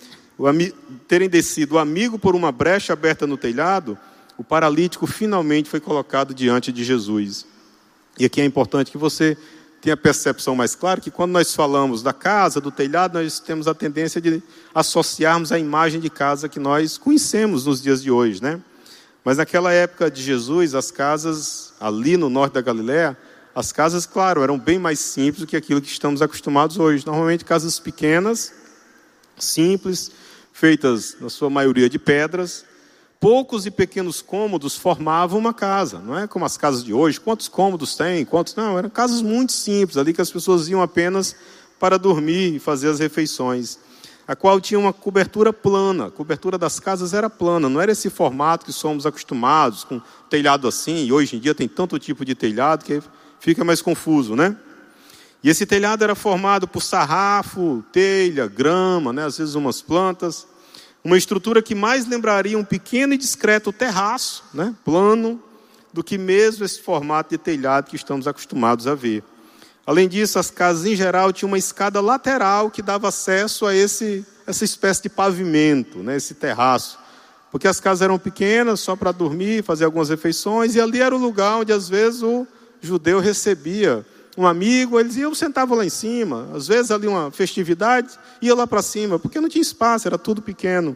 S1: o ami- terem descido o amigo por uma brecha aberta no telhado, o paralítico finalmente foi colocado diante de Jesus. E aqui é importante que você tenha a percepção mais clara que quando nós falamos da casa, do telhado, nós temos a tendência de associarmos a imagem de casa que nós conhecemos nos dias de hoje, né? Mas naquela época de Jesus, as casas ali no norte da Galileia, as casas, claro, eram bem mais simples do que aquilo que estamos acostumados hoje. Normalmente casas pequenas, simples, feitas na sua maioria de pedras. Poucos e pequenos cômodos formavam uma casa, não é como as casas de hoje. Quantos cômodos tem? Quantos? Não, eram casas muito simples, ali que as pessoas iam apenas para dormir e fazer as refeições, a qual tinha uma cobertura plana. A cobertura das casas era plana, não era esse formato que somos acostumados, com telhado assim, e hoje em dia tem tanto tipo de telhado que fica mais confuso, né? E esse telhado era formado por sarrafo, telha, grama, né? Às vezes umas plantas. Uma estrutura que mais lembraria um pequeno e discreto terraço, né, plano, do que mesmo esse formato de telhado que estamos acostumados a ver. Além disso, as casas em geral tinham uma escada lateral que dava acesso a esse, essa espécie de pavimento, né, esse terraço. Porque as casas eram pequenas, só para dormir, fazer algumas refeições, e ali era o lugar onde às vezes o judeu recebia um amigo, eles iam, sentavam lá em cima, às vezes ali uma festividade, ia lá para cima, porque não tinha espaço, era tudo pequeno.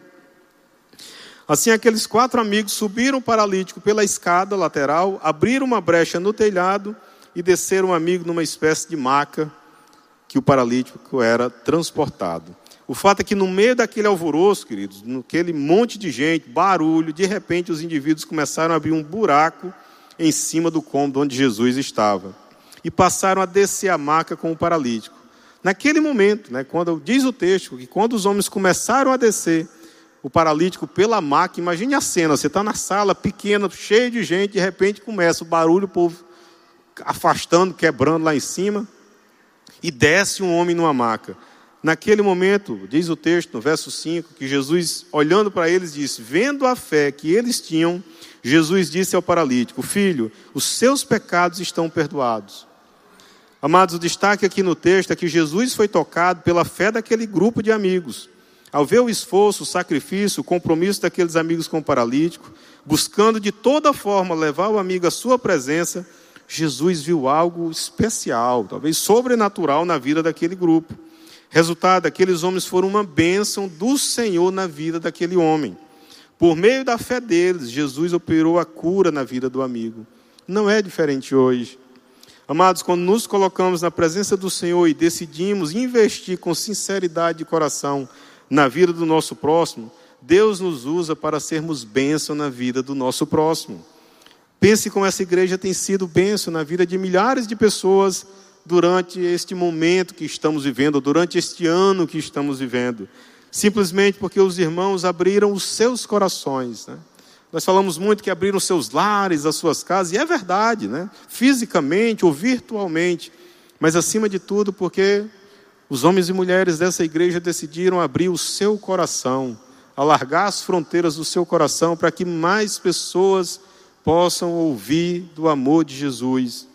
S1: Assim, aqueles quatro amigos subiram o paralítico pela escada lateral, abriram uma brecha no telhado e desceram o amigo numa espécie de maca que o paralítico era transportado. O fato é que no meio daquele alvoroço, queridos, naquele monte de gente, barulho, de repente os indivíduos começaram a abrir um buraco em cima do cômodo onde Jesus estava. E passaram a descer a maca com o paralítico. Naquele momento, né, quando diz o texto, que quando os homens começaram a descer o paralítico pela maca, imagine a cena, você está na sala pequena, cheia de gente, de repente começa o barulho, o povo afastando, quebrando lá em cima, e desce um homem numa maca. Naquele momento, diz o texto, no verso cinco, que Jesus, olhando para eles, disse, vendo a fé que eles tinham, Jesus disse ao paralítico, filho, os seus pecados estão perdoados. Amados, o destaque aqui no texto é que Jesus foi tocado pela fé daquele grupo de amigos. Ao ver o esforço, o sacrifício, o compromisso daqueles amigos com o paralítico, buscando de toda forma levar o amigo à sua presença, Jesus viu algo especial, talvez sobrenatural na vida daquele grupo. Resultado, aqueles homens foram uma bênção do Senhor na vida daquele homem. Por meio da fé deles, Jesus operou a cura na vida do amigo. Não é diferente hoje. Amados, quando nos colocamos na presença do Senhor e decidimos investir com sinceridade de coração na vida do nosso próximo, Deus nos usa para sermos bênção na vida do nosso próximo. Pense como essa igreja tem sido bênção na vida de milhares de pessoas durante este momento que estamos vivendo, durante este ano que estamos vivendo. Simplesmente porque os irmãos abriram os seus corações, né? Nós falamos muito que abriram seus lares, as suas casas, e é verdade, né? Fisicamente ou virtualmente, mas acima de tudo porque os homens e mulheres dessa igreja decidiram abrir o seu coração, alargar as fronteiras do seu coração para que mais pessoas possam ouvir do amor de Jesus.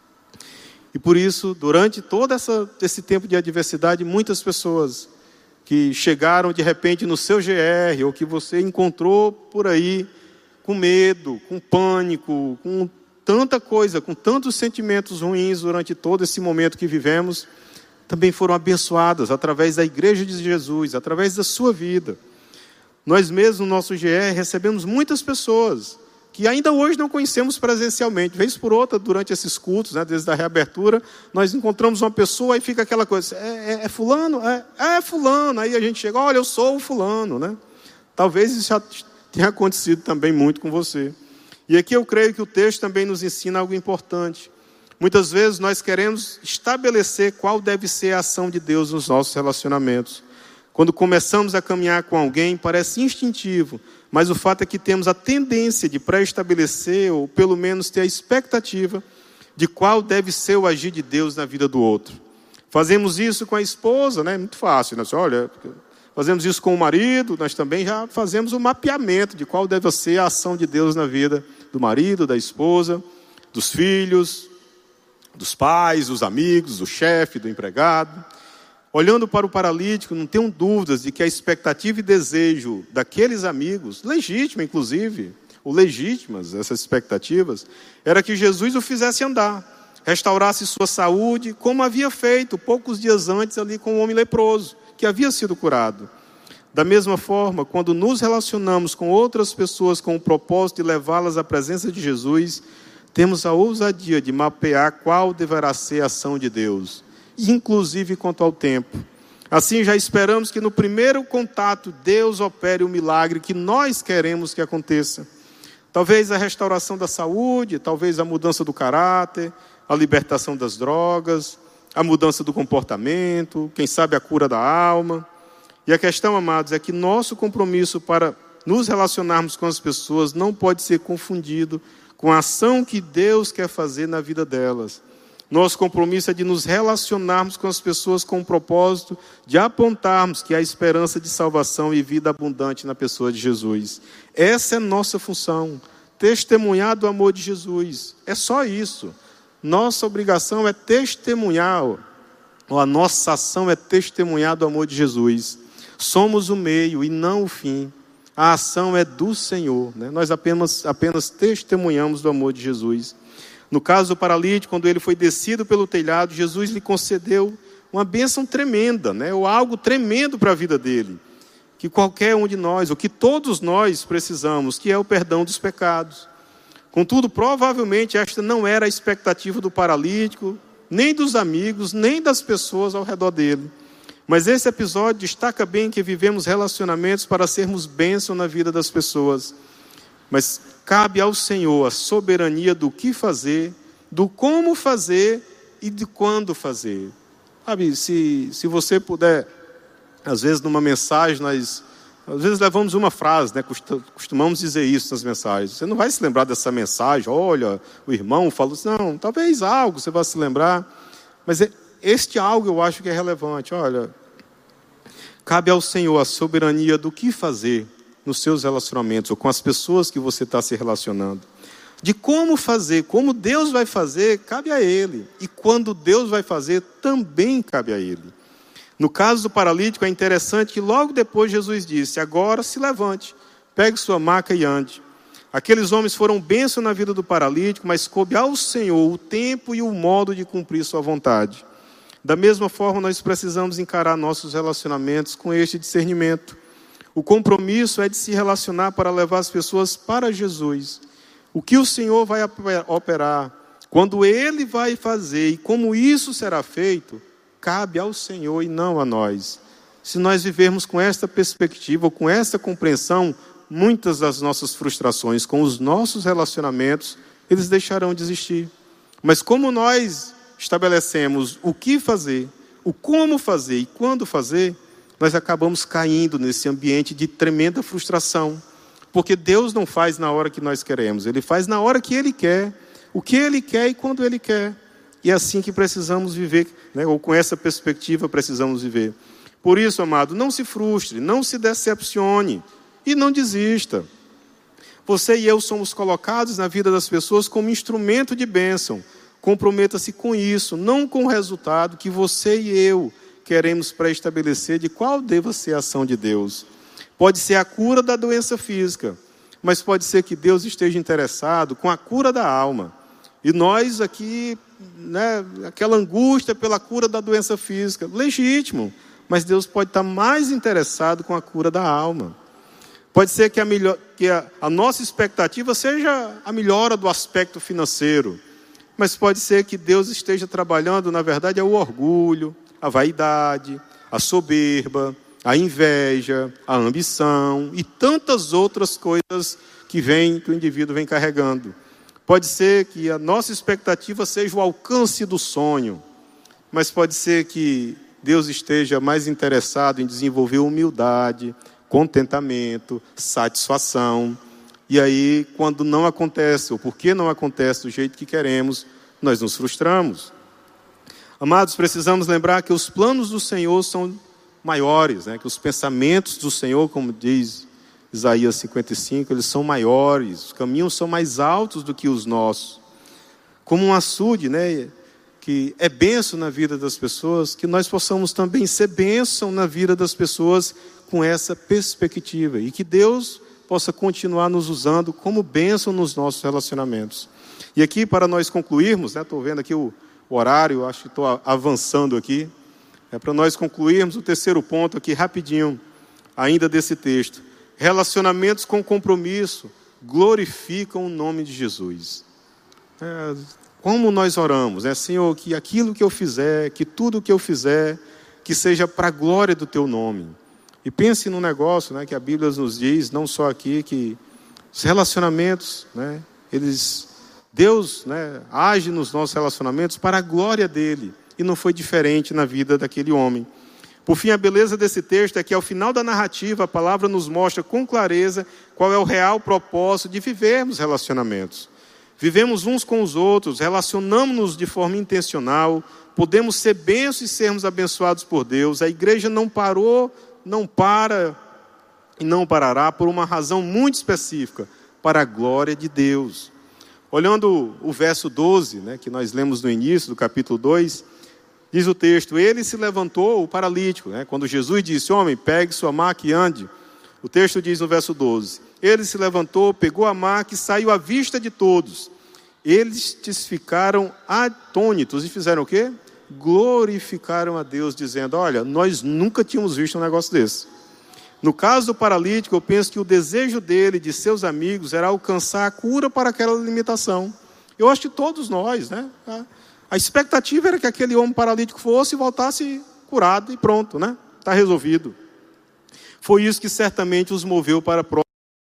S1: E por isso, durante todo essa, esse tempo de adversidade, muitas pessoas que chegaram de repente no seu G R, ou que você encontrou por aí, com medo, com pânico, com tanta coisa, com tantos sentimentos ruins durante todo esse momento que vivemos, também foram abençoadas através da igreja de Jesus, através da sua vida. Nós mesmos, no nosso G R, recebemos muitas pessoas que ainda hoje não conhecemos presencialmente. Vez por outra, durante esses cultos, né, desde a reabertura, nós encontramos uma pessoa e fica aquela coisa, é, é, é fulano? É, é fulano. Aí a gente chega, olha, eu sou o fulano, né? Talvez isso já tenha acontecido também muito com você. E aqui eu creio que o texto também nos ensina algo importante. Muitas vezes nós queremos estabelecer qual deve ser a ação de Deus nos nossos relacionamentos. Quando começamos a caminhar com alguém, parece instintivo, mas o fato é que temos a tendência de pré-estabelecer, ou pelo menos ter a expectativa de qual deve ser o agir de Deus na vida do outro. Fazemos isso com a esposa, né? Muito fácil, né? Olha, fazemos isso com o marido, nós também já fazemos o mapeamento de qual deve ser a ação de Deus na vida do marido, da esposa, dos filhos, dos pais, dos amigos, do chefe, do empregado. Olhando para o paralítico, não tenho dúvidas de que a expectativa e desejo daqueles amigos, legítimo inclusive, ou legítimas essas expectativas, era que Jesus o fizesse andar, restaurasse sua saúde, como havia feito poucos dias antes ali com o homem leproso, que havia sido curado. Da mesma forma, quando nos relacionamos com outras pessoas com o propósito de levá-las à presença de Jesus, temos a ousadia de mapear qual deverá ser a ação de Deus, inclusive quanto ao tempo. Assim, já esperamos que no primeiro contato Deus opere o milagre que nós queremos que aconteça. Talvez a restauração da saúde, talvez a mudança do caráter, a libertação das drogas, a mudança do comportamento, quem sabe a cura da alma. E a questão, amados, é que nosso compromisso para nos relacionarmos com as pessoas não pode ser confundido com a ação que Deus quer fazer na vida delas. Nosso compromisso é de nos relacionarmos com as pessoas com o propósito de apontarmos que há esperança de salvação e vida abundante na pessoa de Jesus. Essa é nossa função, testemunhar do amor de Jesus. É só isso. Nossa obrigação é testemunhar, ou a nossa ação é testemunhar do amor de Jesus. Somos o meio e não o fim. A ação é do Senhor, né? Nós apenas, apenas testemunhamos do amor de Jesus. No caso do paralítico, quando ele foi descido pelo telhado, Jesus lhe concedeu uma bênção tremenda, né? Ou algo tremendo para a vida dele, que qualquer um de nós, ou que todos nós precisamos, que é o perdão dos pecados. Contudo, provavelmente esta não era a expectativa do paralítico, nem dos amigos, nem das pessoas ao redor dele. Mas esse episódio destaca bem que vivemos relacionamentos para sermos bênção na vida das pessoas. Mas cabe ao Senhor a soberania do que fazer, do como fazer e de quando fazer. Sabe, se, se você puder, às vezes numa mensagem, nós às vezes levamos uma frase, né? Costumamos dizer isso nas mensagens. Você não vai se lembrar dessa mensagem, olha, o irmão falou assim, não, talvez algo você vai se lembrar. Mas este algo eu acho que é relevante. Olha, cabe ao Senhor a soberania do que fazer nos seus relacionamentos, ou com as pessoas que você está se relacionando. De como fazer, como Deus vai fazer, cabe a Ele. E quando Deus vai fazer, também cabe a Ele. No caso do paralítico, é interessante que logo depois Jesus disse, agora se levante, pegue sua maca e ande. Aqueles homens foram bênção na vida do paralítico, mas coube ao Senhor o tempo e o modo de cumprir sua vontade. Da mesma forma, nós precisamos encarar nossos relacionamentos com este discernimento. O compromisso é de se relacionar para levar as pessoas para Jesus. O que o Senhor vai operar, quando Ele vai fazer e como isso será feito, cabe ao Senhor e não a nós. Se nós vivermos com esta perspectiva, ou com esta compreensão, muitas das nossas frustrações com os nossos relacionamentos, eles deixarão de existir. Mas como nós estabelecemos o que fazer, o como fazer e quando fazer, nós acabamos caindo nesse ambiente de tremenda frustração. Porque Deus não faz na hora que nós queremos, Ele faz na hora que Ele quer, o que Ele quer e quando Ele quer. E é assim que precisamos viver, né? Ou com essa perspectiva precisamos viver. Por isso, amado, não se frustre, não se decepcione e não desista. Você e eu somos colocados na vida das pessoas como instrumento de bênção. Comprometa-se com isso, não com o resultado que você e eu queremos pré-estabelecer de qual deva ser a ação de Deus. Pode ser a cura da doença física, mas pode ser que Deus esteja interessado com a cura da alma. E nós aqui, né, aquela angústia pela cura da doença física, legítimo, mas Deus pode estar mais interessado com a cura da alma. Pode ser que a, melhor, que a, a nossa expectativa seja a melhora do aspecto financeiro, mas pode ser que Deus esteja trabalhando, na verdade, é o orgulho, a vaidade, a soberba, a inveja, a ambição e tantas outras coisas que, vem, que o indivíduo vem carregando. Pode ser que a nossa expectativa seja o alcance do sonho, mas pode ser que Deus esteja mais interessado em desenvolver humildade, contentamento, satisfação. E aí, quando não acontece, ou porque não acontece do jeito que queremos, nós nos frustramos. Amados, precisamos lembrar que os planos do Senhor são maiores, né? Que os pensamentos do Senhor, como diz Isaías cinquenta e cinco, eles são maiores, os caminhos são mais altos do que os nossos. Como um açude, né? que é bênção na vida das pessoas, que nós possamos também ser bênção na vida das pessoas com essa perspectiva. E que Deus possa continuar nos usando como bênção nos nossos relacionamentos. E aqui, para nós concluirmos, né, estou vendo aqui o, o horário, acho que estou avançando aqui. É para nós concluirmos o terceiro ponto aqui, rapidinho, ainda desse texto. Relacionamentos com compromisso glorificam o nome de Jesus. É, como nós oramos, né? Senhor, que aquilo que eu fizer, que tudo que eu fizer, que seja para a glória do Teu nome. E pense no negócio, né, que a Bíblia nos diz, não só aqui, que os relacionamentos, né, eles, Deus, né, age nos nossos relacionamentos para a glória dEle. E não foi diferente na vida daquele homem. Por fim, a beleza desse texto é que ao final da narrativa, a palavra nos mostra com clareza qual é o real propósito de vivermos relacionamentos. Vivemos uns com os outros, relacionamos-nos de forma intencional, podemos ser bênçãos e sermos abençoados por Deus. A igreja não parou, não para e não parará por uma razão muito específica, para a glória de Deus. Olhando o verso doze, né, que nós lemos no início do capítulo dois, diz o texto, ele se levantou, o paralítico, né, quando Jesus disse, homem, pegue sua maca e ande. O texto diz no verso doze, ele se levantou, pegou a maca e saiu à vista de todos. Eles ficaram atônitos e fizeram o quê? Glorificaram a Deus, dizendo, olha, nós nunca tínhamos visto um negócio desse. No caso do paralítico, eu penso que o desejo dele, de seus amigos, era alcançar a cura para aquela limitação. Eu acho que todos nós, né? A expectativa era que aquele homem paralítico fosse e voltasse curado e pronto, né? Está resolvido. Foi isso que certamente os moveu para a próxima.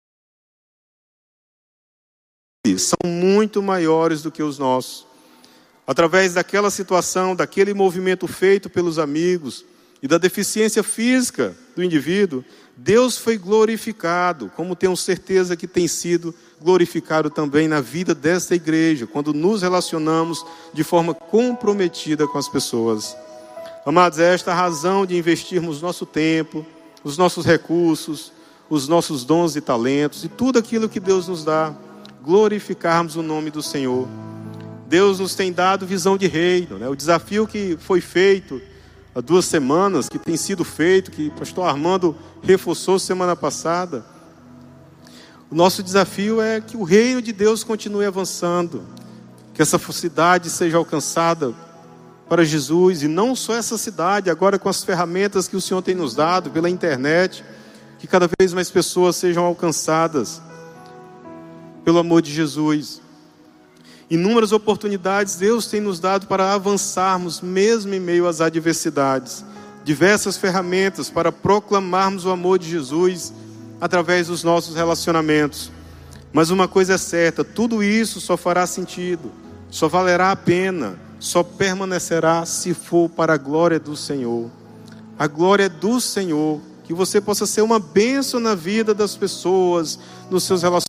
S1: São muito maiores do que os nossos. Através daquela situação, daquele movimento feito pelos amigos e da deficiência física do indivíduo, Deus foi glorificado, como tenho certeza que tem sido glorificado também na vida desta igreja, quando nos relacionamos de forma comprometida com as pessoas. Amados, é esta a razão de investirmos nosso tempo, os nossos recursos, os nossos dons e talentos e tudo aquilo que Deus nos dá, glorificarmos o nome do Senhor. Deus nos tem dado visão de reino, né? O desafio que foi feito há duas semanas, que tem sido feito, que o pastor Armando reforçou semana passada. O nosso desafio é que o reino de Deus continue avançando, que essa cidade seja alcançada para Jesus, e não só essa cidade, agora com as ferramentas que o Senhor tem nos dado pela internet, que cada vez mais pessoas sejam alcançadas pelo amor de Jesus. Inúmeras oportunidades Deus tem nos dado para avançarmos, mesmo em meio às adversidades. Diversas ferramentas para proclamarmos o amor de Jesus através dos nossos relacionamentos. Mas uma coisa é certa, tudo isso só fará sentido, só valerá a pena, só permanecerá se for para a glória do Senhor. A glória do Senhor, que você possa ser uma bênção na vida das pessoas, nos seus relacionamentos,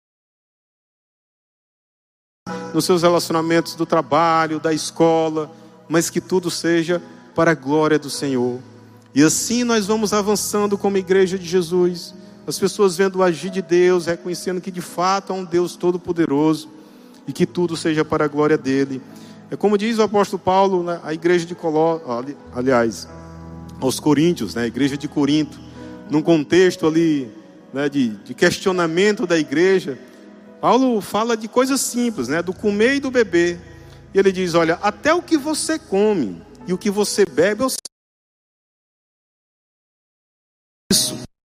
S1: nos seus relacionamentos do trabalho, da escola, mas que tudo seja para a glória do Senhor. E assim nós vamos avançando como igreja de Jesus, as pessoas vendo o agir de Deus, reconhecendo que de fato há um Deus todo-poderoso e que tudo seja para a glória dele. É como diz o apóstolo Paulo, né, a igreja de Colossos, aliás, aos Coríntios, né, a igreja de Corinto, num contexto ali, né, de, de questionamento da igreja. Paulo fala de coisas simples, né? Do comer e do beber. E ele diz, olha, até o que você come e o que você bebe, eu sei isso.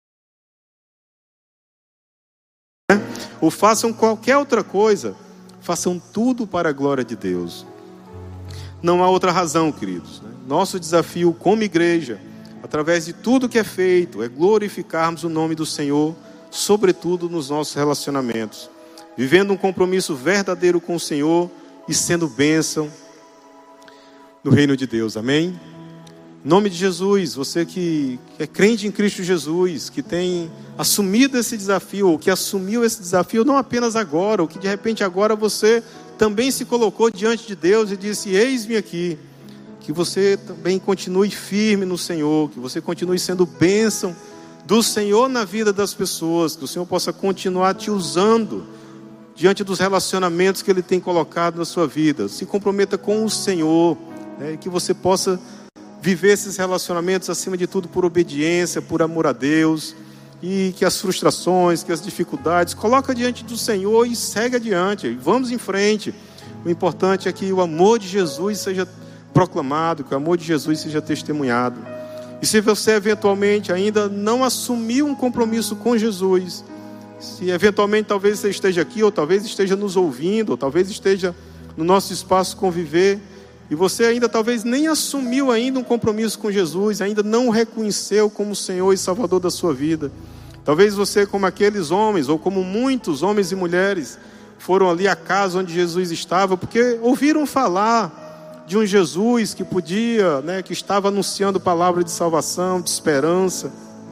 S1: Ou façam qualquer outra coisa, façam tudo para a glória de Deus. Não há outra razão, queridos, né? Nosso desafio como igreja, através de tudo que é feito, é glorificarmos o nome do Senhor, sobretudo nos nossos relacionamentos. Vivendo um compromisso verdadeiro com o Senhor e sendo bênção no reino de Deus, amém? Em nome de Jesus, você que é crente em Cristo Jesus, que tem assumido esse desafio, ou que assumiu esse desafio não apenas agora, ou que de repente agora você também se colocou diante de Deus e disse, eis-me aqui, que você também continue firme no Senhor, que você continue sendo bênção do Senhor na vida das pessoas, que o Senhor possa continuar te usando diante dos relacionamentos que Ele tem colocado na sua vida. Se comprometa com o Senhor, né? Que você possa viver esses relacionamentos, acima de tudo, por obediência, por amor a Deus. E que as frustrações, que as dificuldades, coloca diante do Senhor e segue adiante. Vamos em frente. O importante é que o amor de Jesus seja proclamado, que o amor de Jesus seja testemunhado. E se você eventualmente ainda não assumiu um compromisso com Jesus, se eventualmente talvez você esteja aqui, ou talvez esteja nos ouvindo, ou talvez esteja no nosso espaço conviver, e você ainda talvez nem assumiu ainda um compromisso com Jesus, ainda não o reconheceu como Senhor e Salvador da sua vida. Talvez você, como aqueles homens, ou como muitos homens e mulheres, foram ali à casa onde Jesus estava, porque ouviram falar de um Jesus que podia, né, que estava anunciando palavra de salvação, de esperança.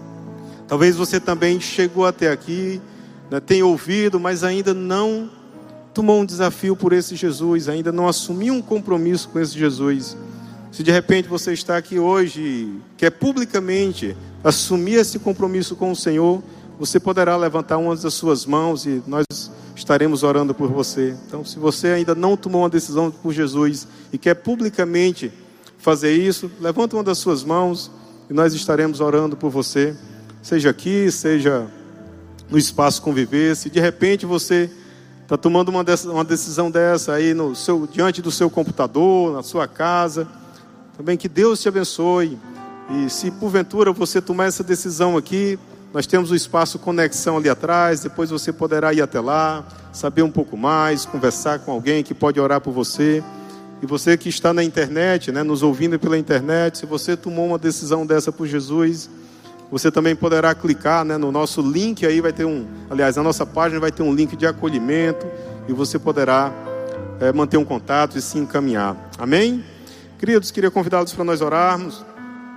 S1: Talvez você também chegou até aqui, né, tem ouvido, mas ainda não tomou um desafio por esse Jesus, ainda não assumiu um compromisso com esse Jesus. Se de repente você está aqui hoje e quer publicamente assumir esse compromisso com o Senhor, você poderá levantar uma das suas mãos e nós estaremos orando por você. Então, se você ainda não tomou uma decisão por Jesus e quer publicamente fazer isso, levanta uma das suas mãos e nós estaremos orando por você. Seja aqui, seja no espaço conviver. Se de repente você está tomando uma, dessa, uma decisão dessa aí no seu, diante do seu computador, na sua casa, também que Deus te abençoe. E se porventura você tomar essa decisão aqui, nós temos o espaço Conexão ali atrás, depois você poderá ir até lá, saber um pouco mais, conversar com alguém que pode orar por você. E você que está na internet, né, nos ouvindo pela internet, se você tomou uma decisão dessa por Jesus, você também poderá clicar, né, no nosso link, aí vai ter um, aliás, na nossa página vai ter um link de acolhimento, e você poderá é, manter um contato e se encaminhar. Amém? Queridos, queria convidá-los para nós orarmos.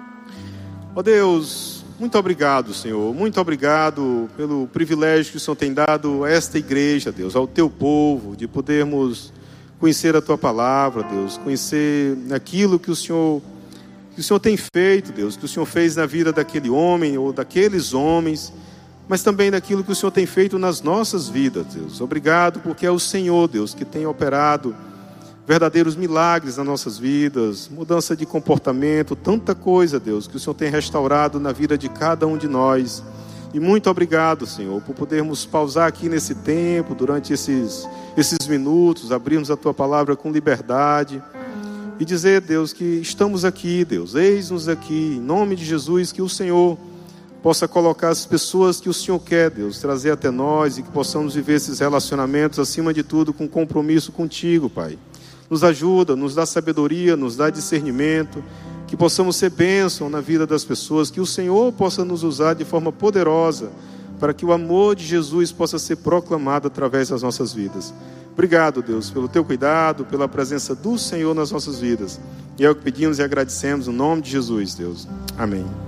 S1: Ó Deus, muito obrigado, Senhor, muito obrigado pelo privilégio que o Senhor tem dado a esta igreja, Deus, ao teu povo, de podermos conhecer a tua palavra, Deus, conhecer aquilo que o Senhor, que o Senhor tem feito, Deus, que o Senhor fez na vida daquele homem ou daqueles homens, mas também daquilo que o Senhor tem feito nas nossas vidas, Deus. Obrigado, porque é o Senhor, Deus, que tem operado verdadeiros milagres nas nossas vidas, mudança de comportamento, tanta coisa, Deus, que o Senhor tem restaurado na vida de cada um de nós. E muito obrigado, Senhor, por podermos pausar aqui nesse tempo, durante esses, esses minutos, abrirmos a Tua palavra com liberdade e dizer, Deus, que estamos aqui, Deus, eis-nos aqui, em nome de Jesus, que o Senhor possa colocar as pessoas que o Senhor quer, Deus, trazer até nós e que possamos viver esses relacionamentos, acima de tudo, com compromisso contigo, Pai. Nos ajuda, nos dá sabedoria, nos dá discernimento, que possamos ser bênção na vida das pessoas, que o Senhor possa nos usar de forma poderosa, para que o amor de Jesus possa ser proclamado através das nossas vidas. Obrigado, Deus, pelo teu cuidado, pela presença do Senhor nas nossas vidas. E é o que pedimos e agradecemos no nome de Jesus, Deus. Amém.